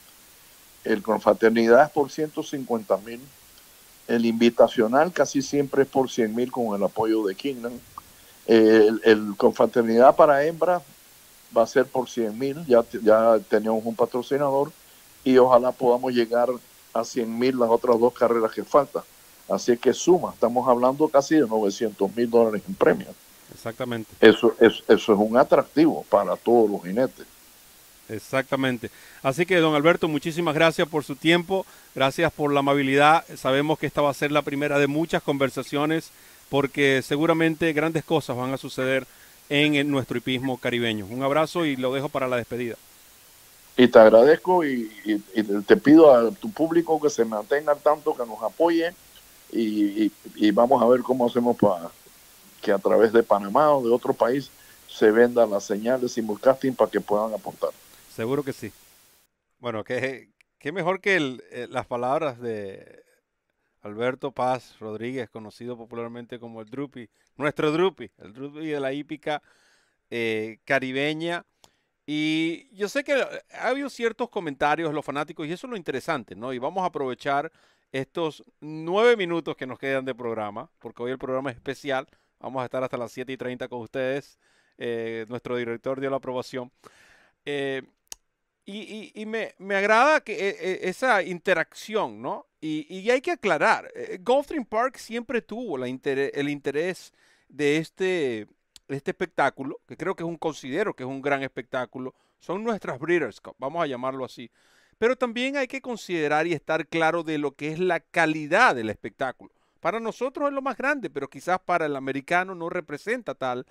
el Confraternidad es por ciento cincuenta mil, el Invitacional casi siempre es por cien mil con el apoyo de Kingdom, el, el Confraternidad para hembras va a ser por cien mil, ya, ya tenemos un patrocinador, y ojalá podamos llegar a cien mil las otras dos carreras que faltan. Así que suma, estamos hablando casi de novecientos mil dólares en premios. Exactamente. Eso, es, eso es un atractivo para todos los jinetes. Exactamente. Así que, don Alberto, muchísimas gracias por su tiempo, gracias por la amabilidad. Sabemos que esta va a ser la primera de muchas conversaciones, porque seguramente grandes cosas van a suceder en, en nuestro hipismo caribeño. Un abrazo y lo dejo para la despedida. Y te agradezco y, y, y te pido a tu público que se mantenga al tanto, que nos apoye y, y, y vamos a ver cómo hacemos para que a través de Panamá o de otro país se venda la señal de simulcasting para que puedan aportar. Seguro que sí. Bueno, qué, qué mejor que el, eh, las palabras de Alberto Paz Rodríguez, conocido popularmente como el Drupi, nuestro Drupi, el Drupi de la hípica eh, caribeña. Y yo sé que ha habido ciertos comentarios de los fanáticos y eso es lo interesante, ¿no? Y vamos a aprovechar estos nueve minutos que nos quedan de programa, porque hoy el programa es especial. Vamos a estar hasta las siete y treinta con ustedes. Eh, nuestro director dio la aprobación. Eh, y y, y me, me agrada que eh, esa interacción, ¿no? Y, y hay que aclarar, eh, Gulfstream Park siempre tuvo la interés, el interés de este... este espectáculo, que creo que es un, considero que es un gran espectáculo, son nuestras Breeders' Cup, vamos a llamarlo así. Pero también hay que considerar y estar claro de lo que es la calidad del espectáculo. Para nosotros es lo más grande, pero quizás para el americano no representa tal.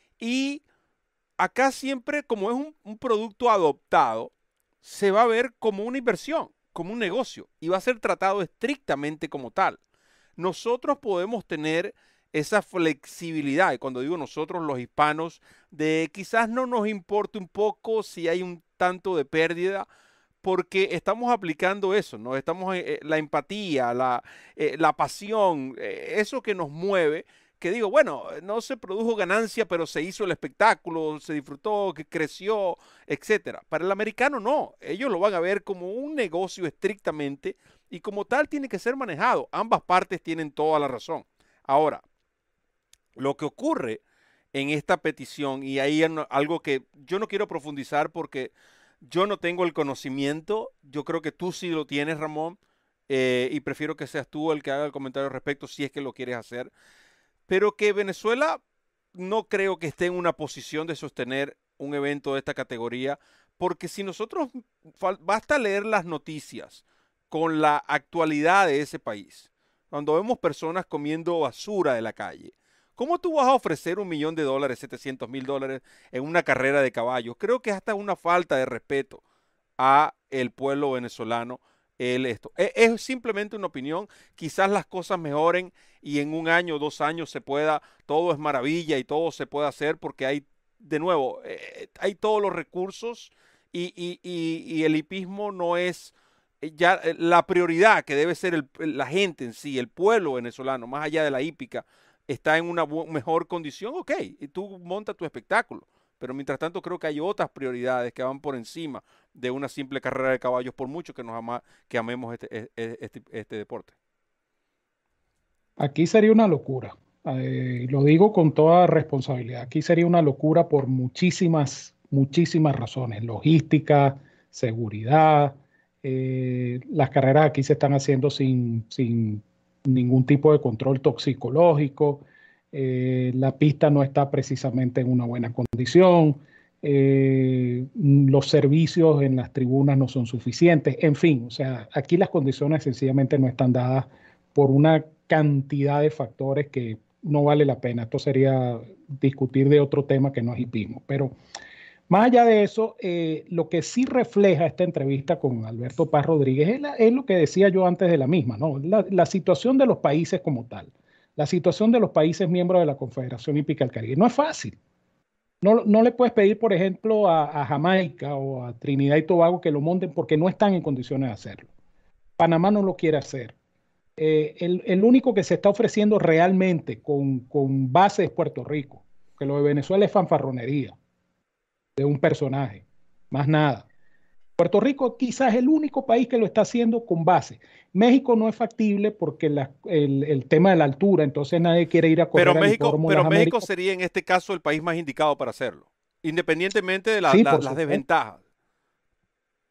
Y acá siempre, como es un, un producto adoptado, se va a ver como una inversión, como un negocio, y va a ser tratado estrictamente como tal. Nosotros podemos tener esa flexibilidad, y cuando digo nosotros los hispanos, de quizás no nos importe un poco si hay un tanto de pérdida, porque estamos aplicando eso, ¿no? Estamos eh, la empatía, la, eh, la pasión, eh, eso que nos mueve, que digo, bueno, no se produjo ganancia, pero se hizo el espectáculo, se disfrutó, que creció, etcétera. Para el americano no, ellos lo van a ver como un negocio estrictamente y como tal tiene que ser manejado. Ambas partes tienen toda la razón. Ahora, lo que ocurre en esta petición, y ahí es algo que yo no quiero profundizar porque yo no tengo el conocimiento, yo creo que tú sí lo tienes, Ramón, eh, y prefiero que seas tú el que haga el comentario al respecto si es que lo quieres hacer, pero que Venezuela no creo que esté en una posición de sostener un evento de esta categoría, porque si nosotros, basta leer las noticias con la actualidad de ese país, cuando vemos personas comiendo basura de la calle, ¿cómo tú vas a ofrecer un millón de dólares, setecientos mil dólares en una carrera de caballos? Creo que es hasta una falta de respeto a el pueblo venezolano. El esto. Es, es simplemente una opinión. Quizás las cosas mejoren y en un año, dos años se pueda, todo es maravilla y todo se puede hacer porque hay, de nuevo, eh, hay todos los recursos y, y, y, y el hipismo no es ya la prioridad que debe ser el, la gente en sí, el pueblo venezolano, más allá de la hípica, está en una mejor condición, ok, y tú montas tu espectáculo. Pero mientras tanto creo que hay otras prioridades que van por encima de una simple carrera de caballos, por mucho que nos ama, que amemos este, este, este deporte. Aquí sería una locura. Eh, lo digo con toda responsabilidad. Aquí sería una locura por muchísimas, muchísimas razones. Logística, seguridad. Eh, las carreras aquí se están haciendo sin, sin ningún tipo de control toxicológico, eh, la pista no está precisamente en una buena condición, eh, los servicios en las tribunas no son suficientes, en fin, o sea, aquí las condiciones sencillamente no están dadas por una cantidad de factores que no vale la pena. Esto sería discutir de otro tema que no es hipismo, pero más allá de eso, eh, lo que sí refleja esta entrevista con Alberto Paz Rodríguez es, la, es lo que decía yo antes de la misma, ¿no? La, la situación de los países como tal, la situación de los países miembros de la Confederación Hípica del Caribe. No es fácil. No, no le puedes pedir, por ejemplo, a, a Jamaica o a Trinidad y Tobago que lo monten porque no están en condiciones de hacerlo. Panamá no lo quiere hacer. Eh, el, el único que se está ofreciendo realmente con, con base es Puerto Rico, que lo de Venezuela es fanfarronería de un personaje, más nada. Puerto Rico quizás es el único país que lo está haciendo con base. México no es factible porque la, el, el tema de la altura, entonces nadie quiere ir a correr pero al México, hipódromo pero Las México Américas. Sería en este caso el país más indicado para hacerlo, independientemente de la, Sí, la, por las supuesto. desventajas.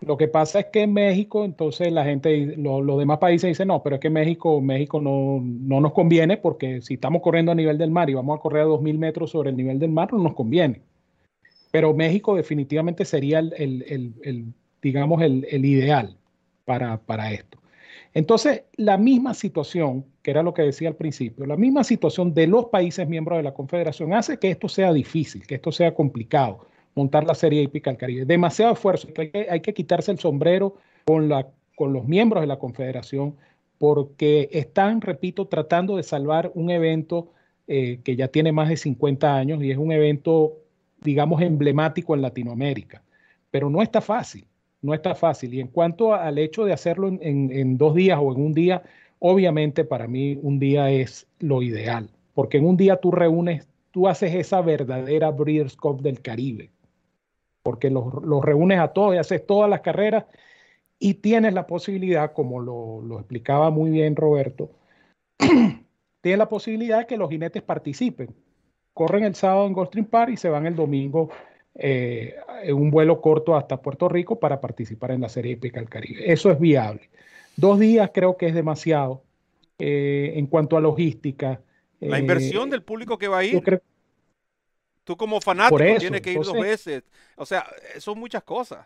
Lo que pasa es que en México, entonces la gente, lo- los demás países dicen, no, pero es que México, México no, no nos conviene porque si estamos corriendo a nivel del mar y vamos a correr a dos mil metros sobre el nivel del mar, no nos conviene. Pero México definitivamente sería el, el- el- el, digamos, el, el ideal para, para esto. Entonces, la misma situación, que era lo que decía al principio, la misma situación de los países miembros de la Confederación hace que esto sea difícil, que esto sea complicado, montar la Serie Hípica del Caribe. Demasiado esfuerzo. Hay que, hay que quitarse el sombrero con, la, con los miembros de la Confederación porque están, repito, tratando de salvar un evento eh, que ya tiene más de cincuenta años y es un evento, digamos, emblemático en Latinoamérica. Pero no está fácil. No está fácil. Y en cuanto al hecho de hacerlo en, en, en dos días o en un día, obviamente para mí un día es lo ideal, porque en un día tú reúnes, tú haces esa verdadera Breeders' Cup del Caribe, porque los, los reúnes a todos y haces todas las carreras y tienes la posibilidad, como lo, lo explicaba muy bien Roberto, tienes la posibilidad de que los jinetes participen. Corren el sábado en Gulfstream Park y se van el domingo eh, en un vuelo corto hasta Puerto Rico para participar en la Serie Hípica del Caribe. Eso es viable. Dos días creo que es demasiado eh, en cuanto a logística. La inversión Eh, del público que va a yo ir. creo Tú como por fanático eso. tienes que ir dos Entonces, veces. O sea, eh, son muchas cosas.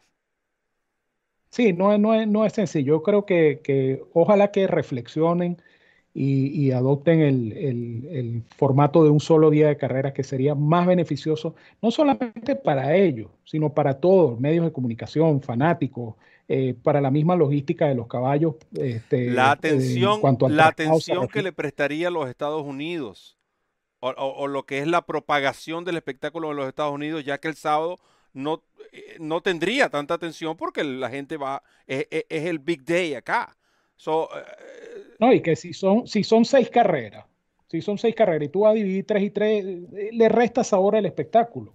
sí, no, es- no, es, no es sencillo. Yo creo que, que ojalá que reflexionen y, y adopten el, el- el formato de un solo día de carrera que sería más beneficioso, no solamente para ellos, sino para todos, medios de comunicación, fanáticos, eh, para la misma logística de los caballos, La este, eh, en atención, cuanto al la traslado se atención que refiere. le prestaría a los Estados Unidos o, o- o lo que es la propagación del espectáculo en los Estados Unidos, ya que el sábado no, eh, no tendría tanta atención porque la gente va, es, es- es el big day acá. So, eh, No, y que si son, si son seis carreras, si son seis carreras y tú vas a dividir tres y tres, eh, le resta sabor al espectáculo.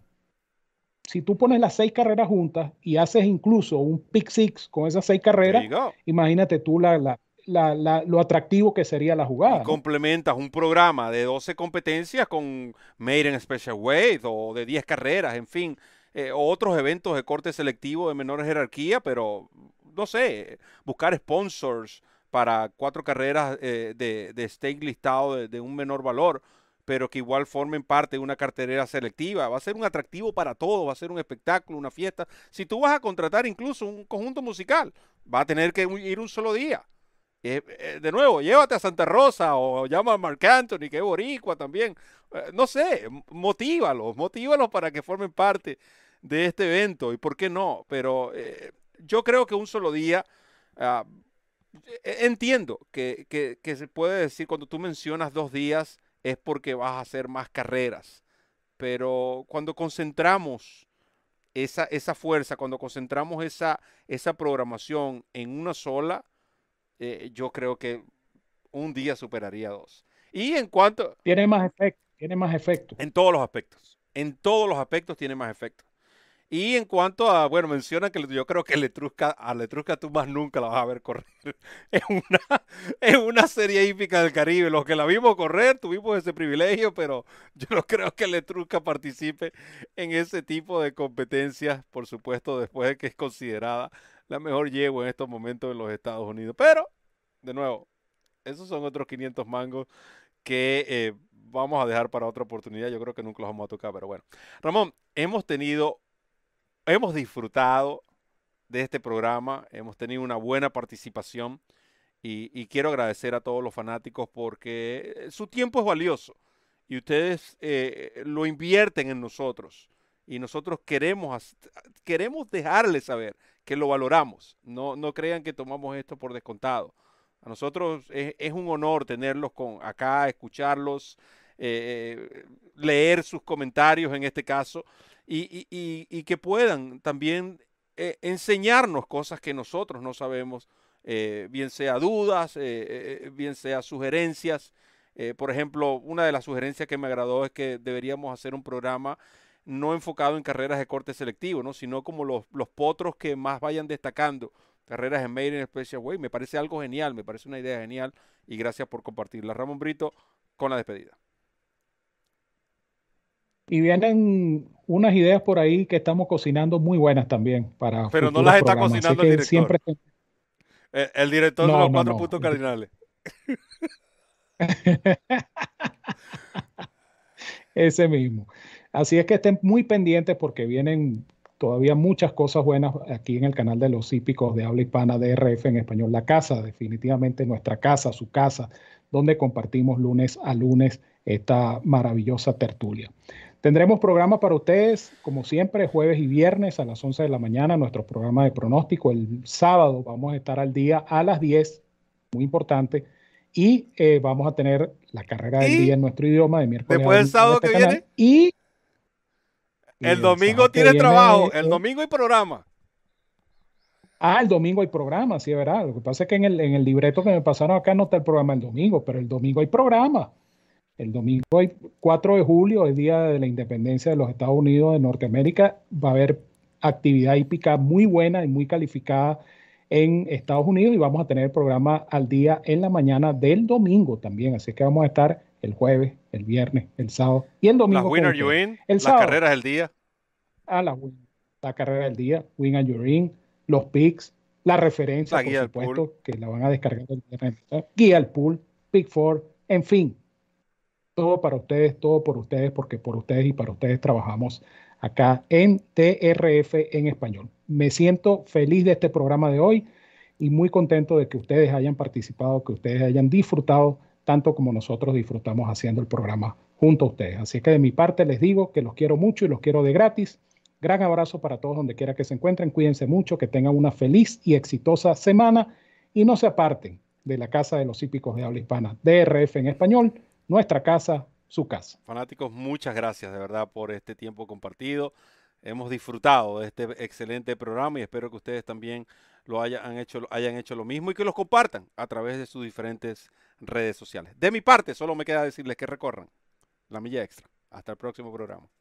Si tú pones las seis carreras juntas y haces incluso un pick six con esas seis there carreras, you go. imagínate tú la, la, la, la, lo atractivo que sería la Y jugada, ¿no? complementas un programa de doce competencias con Maiden Special Weight o de diez carreras, en fin, eh, o otros eventos de corte selectivo de menor jerarquía, pero no sé, buscar sponsors para cuatro carreras eh, de, de stake listado de, de un menor valor, pero que igual formen parte de una cartelera selectiva. Va a ser un atractivo para todos, va a ser un espectáculo, una fiesta. Si tú vas a contratar incluso un conjunto musical, va a tener que ir un solo día. Eh, eh, de nuevo, llévate a Santa Rosa o llama a Marc Anthony, que es boricua también. Eh, no sé, m- motívalos, motívalos para que formen parte de este evento. ¿Y por qué no? Pero eh, yo creo que un solo día, ah, e- entiendo que, que- que se puede decir cuando tú mencionas dos días es porque vas a hacer más carreras. Pero cuando concentramos esa, esa fuerza, cuando concentramos esa, esa programación en una sola, eh, yo creo que un día superaría dos. Y en cuanto, Tiene más efecto, tiene más efecto. en todos los aspectos, en todos los aspectos tiene más efecto. Y en cuanto a, bueno, menciona que yo creo que Letrusca, a Letrusca tú más nunca la vas a ver correr en una, en una serie hípica del Caribe. Los que la vimos correr tuvimos ese privilegio, pero yo no creo que Letrusca participe en ese tipo de competencias, por supuesto, después de que es considerada la mejor yegua en estos momentos en los Estados Unidos. Pero, de nuevo, esos son otros quinientos mangos que eh, vamos a dejar para otra oportunidad. Yo creo que nunca los vamos a tocar, pero bueno. Ramón, hemos tenido, hemos disfrutado de este programa, hemos tenido una buena participación y, y quiero agradecer a todos los fanáticos porque su tiempo es valioso y ustedes eh, lo invierten en nosotros y nosotros queremos, queremos dejarles saber que lo valoramos. No, no crean que tomamos esto por descontado. A nosotros es, es un honor tenerlos con acá, escucharlos, eh, leer sus comentarios en este caso y, y, y, y que puedan también eh, enseñarnos cosas que nosotros no sabemos, eh, bien sea dudas, eh, eh, bien sea sugerencias. Eh, por ejemplo, una de las sugerencias que me agradó es que deberíamos hacer un programa no enfocado en carreras de corte selectivo, ¿no? Sino como los, los potros que más vayan destacando, carreras en Maiden Special Way. Me parece algo genial, me parece una idea genial y gracias por compartirla. Ramón Brito, con la despedida. Y vienen unas ideas por ahí que estamos cocinando muy buenas también para Pero no las está programas. cocinando Así el que director. Siempre... El, el director no, de los no, cuatro no. puntos cardinales. Ese mismo. Así es que estén muy pendientes porque vienen todavía muchas cosas buenas aquí en el canal de los hípicos de habla hispana D R F en español. La casa, definitivamente nuestra casa, su casa, donde compartimos lunes a lunes esta maravillosa tertulia. Tendremos programa para ustedes, como siempre, jueves y viernes a las once de la mañana, nuestro programa de pronóstico. El sábado vamos a estar al día a las diez, muy importante. Y eh, vamos a tener la carrera del Y día en nuestro idioma de miércoles después a del domingo en sábado este que canal. viene, Y, y el domingo sábado que tiene viene, trabajo. El eh, domingo hay programa. Ah, el domingo hay programa, sí, es verdad. Lo que pasa es que en el, en el libreto que me pasaron acá no está el programa el domingo, pero el domingo hay programa. El domingo hay cuatro de julio, es día de la independencia de los Estados Unidos de Norteamérica. Va a haber actividad hípica muy buena y muy calificada en Estados Unidos y vamos a tener el programa al día en la mañana del domingo también. Así que vamos a estar el jueves, el viernes, el sábado y el Las domingo con Winner You ustedes. In, El las sábado, carreras del día. a la, la carrera del día, Win and Your In, los picks, la referencia, La por guía del pool. supuesto, que la van a descargar del viernes, guía al pool, pick four, en fin. Todo para ustedes, todo por ustedes, porque por ustedes y para ustedes trabajamos acá en T R F en español. Me siento feliz de este programa de hoy y muy contento de que ustedes hayan participado, que ustedes hayan disfrutado tanto como nosotros disfrutamos haciendo el programa junto a ustedes. Así que de mi parte les digo que los quiero mucho y los quiero de gratis. Gran abrazo para todos donde quiera que se encuentren. Cuídense mucho, que tengan una feliz y exitosa semana y no se aparten de la Casa de los Hípicos de Habla Hispana, D R F en español. Nuestra casa, su casa. Fanáticos, muchas gracias de verdad por este tiempo compartido. Hemos disfrutado de este excelente programa y espero que ustedes también lo hayan hecho, hayan hecho lo mismo y que los compartan a través de sus diferentes redes sociales. De mi parte, solo me queda decirles que recorran la milla extra. Hasta el próximo programa.